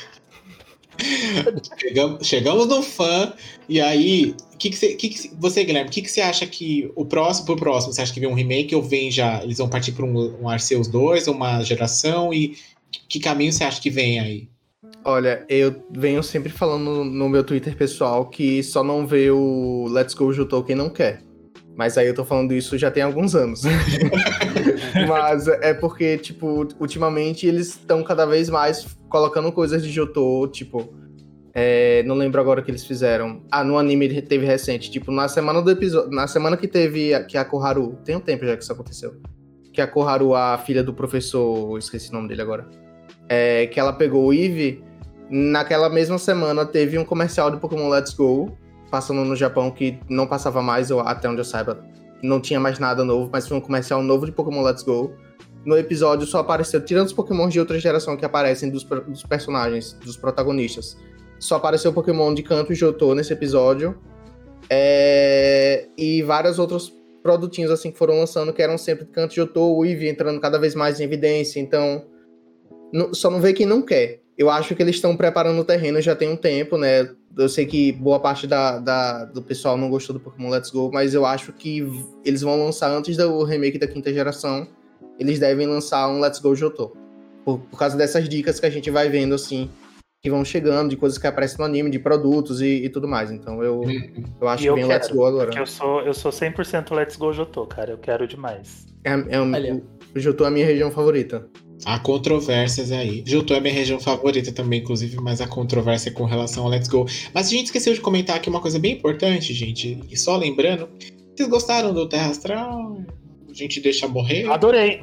chegamos no fã, e aí... Você, Guilherme, o que você acha que pro próximo, você acha que vem um remake ou vem já... Eles vão partir pra um Arceus 2, uma geração, e que caminho você acha que vem aí? Olha, eu venho sempre falando no meu Twitter pessoal que só não vê o Let's Go Jotô quem não quer. Mas aí eu tô falando isso já tem alguns anos. Mas é porque, tipo, ultimamente eles estão cada vez mais colocando coisas de Jotô, tipo... Não lembro agora o que eles fizeram. No anime teve recente. Tipo, na semana do episódio. Na semana que teve que a Koharu. Tem um tempo já que isso aconteceu. Que a Koharu, a filha do professor. Esqueci o nome dele agora. Que ela pegou o Eevee. Naquela mesma semana teve um comercial do Pokémon Let's Go. Passando no Japão, que não passava mais, até onde eu saiba. Não tinha mais nada novo, mas foi um comercial novo de Pokémon Let's Go. No episódio só apareceu, tirando os Pokémon de outra geração que aparecem dos personagens, dos protagonistas, só apareceu o Pokémon de Kanto e Johto nesse episódio. E vários outros produtinhos assim que foram lançando, que eram sempre de Kanto e Johto, o Eevee entrando cada vez mais em evidência. Então, só não vê quem não quer. Eu acho que eles estão preparando o terreno já tem um tempo, né? Eu sei que boa parte do pessoal não gostou do Pokémon Let's Go, mas eu acho que eles vão lançar, antes do remake da 5ª geração, eles devem lançar um Let's Go Johto. Por causa dessas dicas que a gente vai vendo, assim, que vão chegando, de coisas que aparecem no anime, de produtos e tudo mais. Então eu acho que vem o Let's Go agora. Eu sou 100% Let's Go Johto, cara. Eu quero demais. O Johto é a minha região favorita. Há controvérsias aí. Johto é minha região favorita também, inclusive, mas a controvérsia é com relação ao Let's Go. Mas a gente esqueceu de comentar aqui uma coisa bem importante, gente. E só lembrando, vocês gostaram do Terra Astral? A gente deixa morrer? Adorei.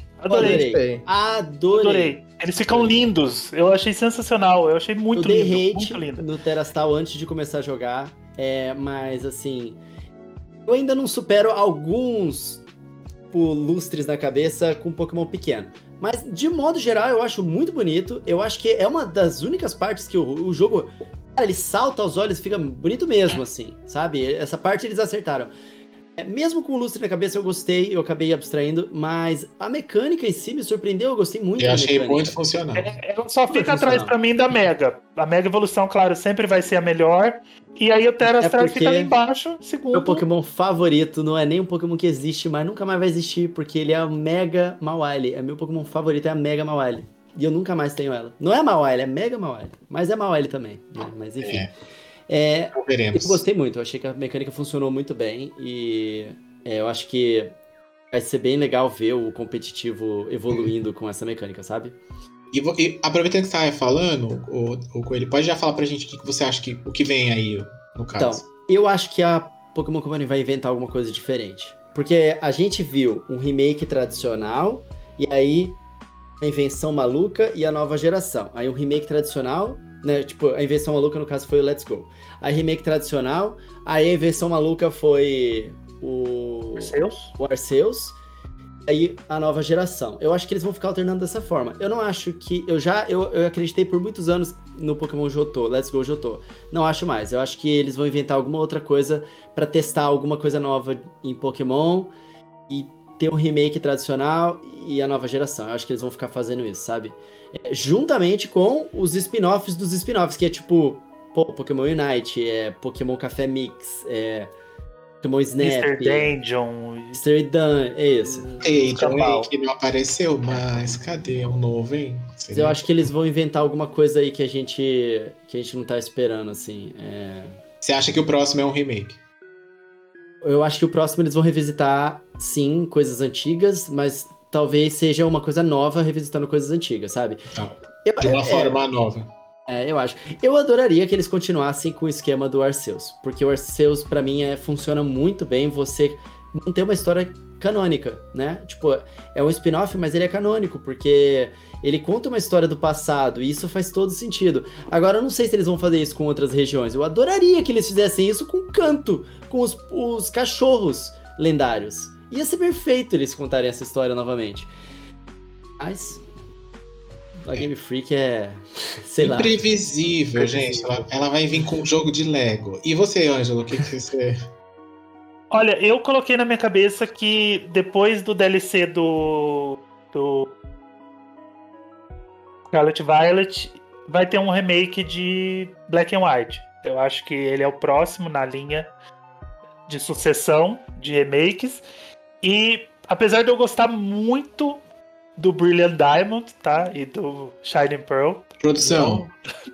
Eles ficam lindos. Eu achei sensacional. Eu achei muito lindo. Muito lindo. No Terra Astral antes de começar a jogar. Mas assim, eu ainda não supero alguns lustres na cabeça com Pokémon pequeno. Mas, de modo geral, eu acho muito bonito. Eu acho que é uma das únicas partes que o jogo... Cara, ele salta aos olhos e fica bonito mesmo, assim, sabe? Essa parte eles acertaram. Mesmo com o lustre na cabeça eu gostei, eu acabei abstraindo, mas a mecânica em si me surpreendeu, eu gostei muito. Eu achei muito funcional. Ela só fica atrás pra mim da Mega. A Mega Evolução, claro, sempre vai ser a melhor. E aí o Terra Astral fica ali embaixo, segundo. Meu Pokémon favorito não é nem um Pokémon que existe, mas nunca mais vai existir, porque ele é o Mega Mawile. Meu Pokémon favorito é a Mega Mawile. E eu nunca mais tenho ela. Não é Mawile, é Mega Mawile. Mas é Mawile também, né? Mas enfim. Eu gostei muito, eu achei que a mecânica funcionou muito bem e eu acho que vai ser bem legal ver o competitivo evoluindo com essa mecânica, sabe? E aproveitando que você estava falando, o Coelho, pode já falar pra gente o que você acha o que vem aí, no caso? Então, eu acho que a Pokémon Company vai inventar alguma coisa diferente. Porque a gente viu um remake tradicional e aí a invenção maluca e a nova geração. Aí um remake tradicional... Né, tipo, a invenção maluca no caso foi o Let's Go. A remake tradicional, aí a invenção maluca foi o Arceus, aí a nova geração. Eu acho que eles vão ficar alternando dessa forma. Eu não acho que... Eu acreditei por muitos anos no Pokémon Johto, Let's Go Johto. Não acho mais. Eu acho que eles vão inventar alguma outra coisa pra testar alguma coisa nova em Pokémon e ter um remake tradicional e a nova geração. Eu acho que eles vão ficar fazendo isso, sabe? Juntamente com os spin-offs dos spin-offs, que é tipo Pokémon Unite, Pokémon Café Mix, Pokémon Snap, Mr. Dungeon, Mr. Dungeon, é isso. Que não apareceu, mas cadê o novo, hein? Eu acho que eles vão inventar alguma coisa aí que a gente não tá esperando, assim. Você acha que o próximo é um remake? Eu acho que o próximo eles vão revisitar, sim, coisas antigas, mas talvez seja uma coisa nova revisitando coisas antigas, sabe? De uma forma nova. Eu acho. Eu adoraria que eles continuassem com o esquema do Arceus, porque o Arceus, pra mim, funciona muito bem você manter uma história canônica, né? Tipo, é um spin-off, mas ele é canônico, porque ele conta uma história do passado, e isso faz todo sentido. Agora, eu não sei se eles vão fazer isso com outras regiões. Eu adoraria que eles fizessem isso com Kanto, com os cachorros lendários. Ia ser perfeito eles contarem essa história novamente. Mas a Game Freak sei lá. Imprevisível, gente. Ela vai vir com um jogo de Lego. E você, Ângelo, o que você... Olha, eu coloquei na minha cabeça que depois do DLC do Scarlet Violet, vai ter um remake de Black and White. Eu acho que ele é o próximo na linha de sucessão de remakes. E apesar de eu gostar muito do Brilliant Diamond, tá? E do Shining Pearl. Produção.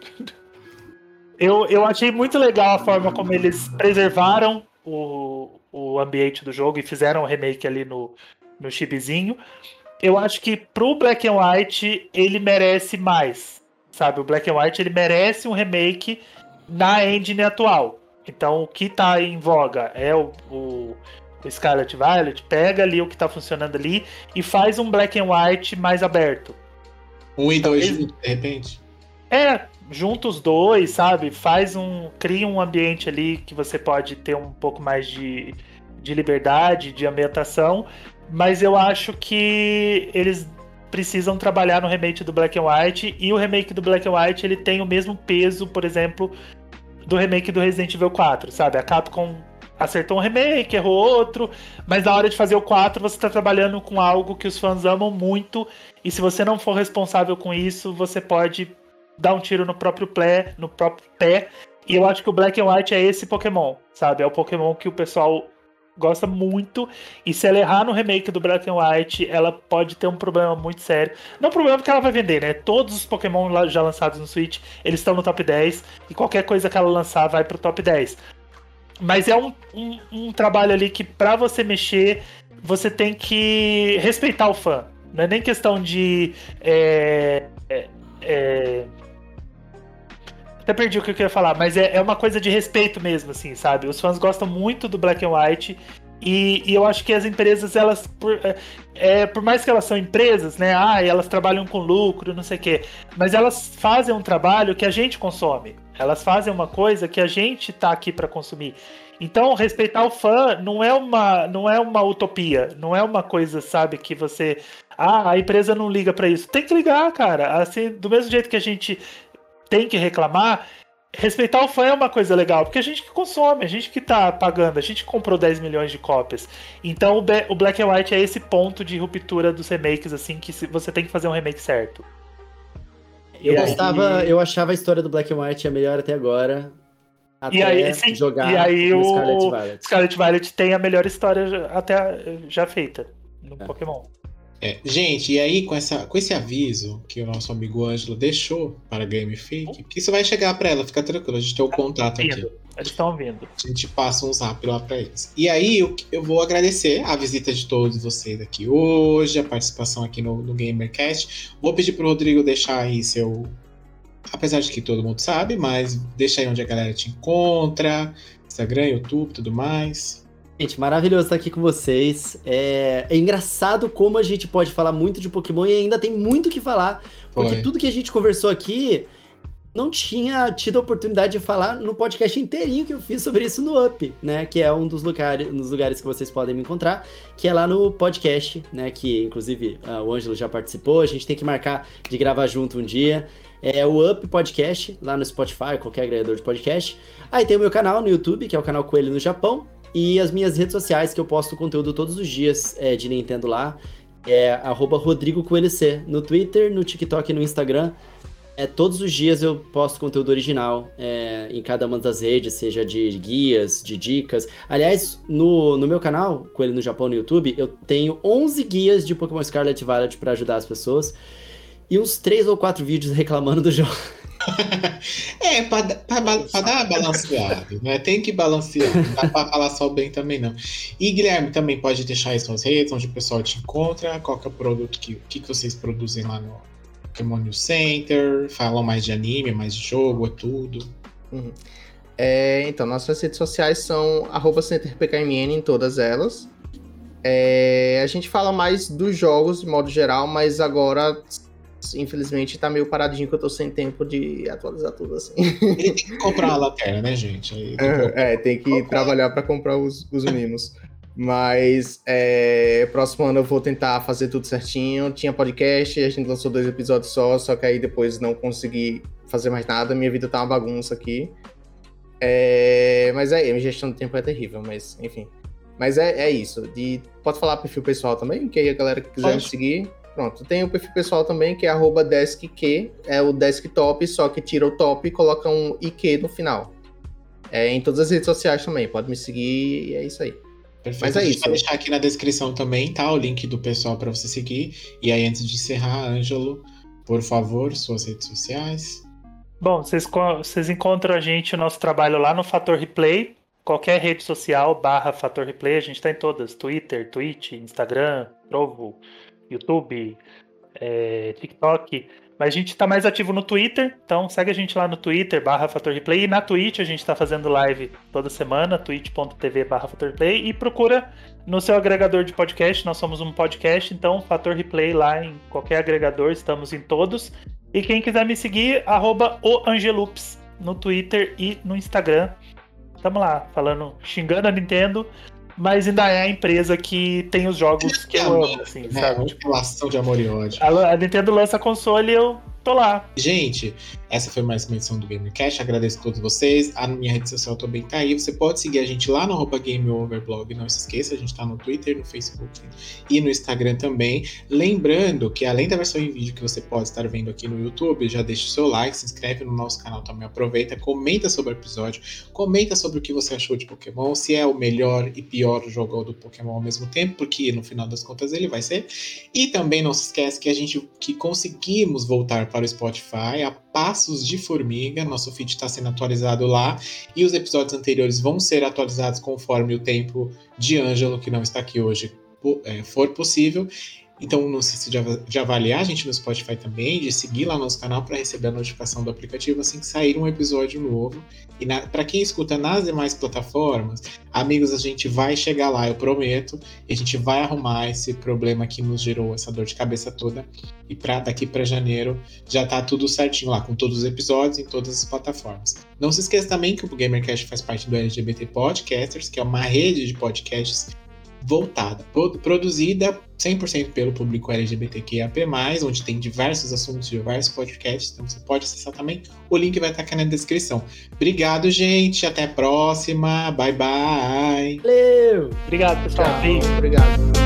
Eu achei muito legal a forma como eles preservaram o ambiente do jogo e fizeram um remake ali no chibizinho. Eu acho que pro Black and White ele merece mais, sabe? O Black and White ele merece um remake na engine atual. Então, o que está em voga é o Scarlet Violet, pega ali o que está funcionando ali e faz um Black and White mais aberto. 1 e 2 juntos, de repente? Junta os dois, sabe? Cria um ambiente ali que você pode ter um pouco mais de liberdade, de ambientação, mas eu acho que eles precisam trabalhar no remake do Black and White, e o remake do Black and White ele tem o mesmo peso, por exemplo, do remake do Resident Evil 4, sabe? A Capcom acertou um remake, errou outro, mas na hora de fazer o 4 você está trabalhando com algo que os fãs amam muito, e se você não for responsável com isso, você pode dar um tiro no próprio pé, e eu acho que o Black and White é esse Pokémon, sabe? É o Pokémon que o pessoal gosta muito, e se ela errar no remake do Black and White, ela pode ter um problema muito sério. Não um problema porque ela vai vender, né? Todos os Pokémon já lançados no Switch, eles estão no top 10, e qualquer coisa que ela lançar vai pro top 10. Mas é um trabalho ali que, pra você mexer, você tem que respeitar o fã. Não é nem questão de... Até perdi o que eu queria falar, mas é uma coisa de respeito mesmo, assim, sabe? Os fãs gostam muito do Black and White, e eu acho que as empresas, elas, por mais que elas são empresas, né? Elas trabalham com lucro, não sei o quê, mas elas fazem um trabalho que a gente consome. Elas fazem uma coisa que a gente tá aqui para consumir. Então, respeitar o fã não é uma utopia, não é uma coisa, sabe, que você... a empresa não liga para isso. Tem que ligar, cara. Assim, do mesmo jeito que a gente tem que reclamar, respeitar o fã é uma coisa legal, porque a gente que consome, a gente que tá pagando, a gente comprou 10 milhões de cópias. Então o Black and White é esse ponto de ruptura dos remakes, assim, que você tem que fazer um remake certo. Eu achava a história do Black and White a melhor até agora. Jogar o Scarlet Violet. Scarlet Violet tem a melhor história até já feita no Pokémon. Gente, e aí com esse aviso que o nosso amigo Ângelo deixou para a Game Freak, que isso vai chegar para ela, fica tranquilo, a gente tem o contato aqui. Eles estão ouvindo. A gente passa um zap lá para eles. E aí eu vou agradecer a visita de todos vocês aqui hoje, a participação aqui no GamerCast. Vou pedir pro Rodrigo deixar aí seu... Apesar de que todo mundo sabe, mas deixa aí onde a galera te encontra, Instagram, YouTube, tudo mais. Gente, maravilhoso estar aqui com vocês. É engraçado como a gente pode falar muito de Pokémon e ainda tem muito o que falar, porque tudo que a gente conversou aqui não tinha tido a oportunidade de falar no podcast inteirinho que eu fiz sobre isso no Up, né? Que é um dos lugares que vocês podem me encontrar, que é lá no podcast, né? Que, inclusive, o Ângelo já participou, a gente tem que marcar de gravar junto um dia. É o Up Podcast, lá no Spotify, qualquer agregador de podcast. Aí tem o meu canal no YouTube, que é o canal Coelho no Japão. E as minhas redes sociais, que eu posto conteúdo todos os dias de Nintendo lá, é @RodrigoCoelhoC, no Twitter, no TikTok e no Instagram. Todos os dias eu posto conteúdo original em cada uma das redes, seja de guias, de dicas. Aliás, no meu canal, Coelho no Japão no YouTube, eu tenho 11 guias de Pokémon Scarlet Violet para ajudar as pessoas. E uns 3 ou 4 vídeos reclamando do jogo. Pra dar balanceado, né? Tem que balancear, não dá pra falar só bem também não. E Guilherme também pode deixar aí suas redes, onde o pessoal te encontra, qual que é o produto que vocês produzem lá no Pokémon News Center, falam mais de anime, mais de jogo, é tudo. Então, nossas redes sociais são @CenterPKMN em todas elas. A gente fala mais dos jogos de modo geral, mas agora... Infelizmente tá meio paradinho que eu tô sem tempo de atualizar tudo assim. Ele tem que comprar uma lanterna, né, gente? Tem que trabalhar pra comprar os mimos. Mas próximo ano eu vou tentar fazer tudo certinho. Tinha podcast, a gente lançou 2 episódios só que aí depois não consegui fazer mais nada. Minha vida tá uma bagunça aqui. Mas a minha gestão do tempo é terrível, mas enfim. Mas é isso. Pode falar perfil pessoal também, que aí a galera que quiser me seguir... Pronto, tem o perfil pessoal também, que é @deskq, é o desktop, só que tira o top e coloca um IQ no final. Em todas as redes sociais também, pode me seguir e é isso aí. Perfeito. Mas a gente vai deixar aqui na descrição também, tá? O link do pessoal para você seguir. E aí, antes de encerrar, Ângelo, por favor, suas redes sociais. Bom, vocês encontram a gente, o nosso trabalho lá no Fator Replay, qualquer rede social, /Fator Replay, a gente tá em todas, Twitter, Twitch, Instagram, Trovo, YouTube, TikTok. Mas a gente tá mais ativo no Twitter, então segue a gente lá no Twitter, /FatorReplay, e na Twitch a gente tá fazendo live toda semana, twitch.tv/FatorReplay, e procura no seu agregador de podcast, nós somos um podcast, então Fator Replay lá em qualquer agregador, estamos em todos. E quem quiser me seguir, @oangelups no Twitter e no Instagram. Tamo lá, xingando a Nintendo, mas ainda é a empresa que tem os jogos que eu amo, assim, sabe? Uma relação de amor e ódio. A Nintendo lança console e eu tô lá. Gente, essa foi mais uma edição do GamerCast. Agradeço a todos vocês. A minha rede social também tá aí. Você pode seguir a gente lá no @GameOverblog. Não se esqueça, a gente tá no Twitter, no Facebook e no Instagram também. Lembrando que além da versão em vídeo que você pode estar vendo aqui no YouTube, já deixa o seu like, se inscreve no nosso canal também, aproveita, comenta sobre o episódio, comenta sobre o que você achou de Pokémon, se é o melhor e pior jogo do Pokémon ao mesmo tempo, porque no final das contas ele vai ser. E também não se esquece que conseguimos voltar para o Spotify a passos de formiga. Nosso feed está sendo atualizado lá e os episódios anteriores vão ser atualizados conforme o tempo de Ângelo, que não está aqui hoje, for possível. Então não se esqueça de avaliar a gente no Spotify também, de seguir lá no nosso canal para receber a notificação do aplicativo assim que sair um episódio novo. E para quem escuta nas demais plataformas, amigos, a gente vai chegar lá, eu prometo, e a gente vai arrumar esse problema que nos gerou essa dor de cabeça toda. E daqui para janeiro já tá tudo certinho lá, com todos os episódios em todas as plataformas. Não se esqueça também que o GamerCast faz parte do LGBT Podcasters, que é uma rede de podcasts voltada, produzida 100% pelo público LGBTQIAP+, onde tem diversos assuntos, diversos podcasts, então você pode acessar também, o link vai estar aqui na descrição. Obrigado, gente, até a próxima, bye bye! Valeu! Obrigado, pessoal. Obrigado.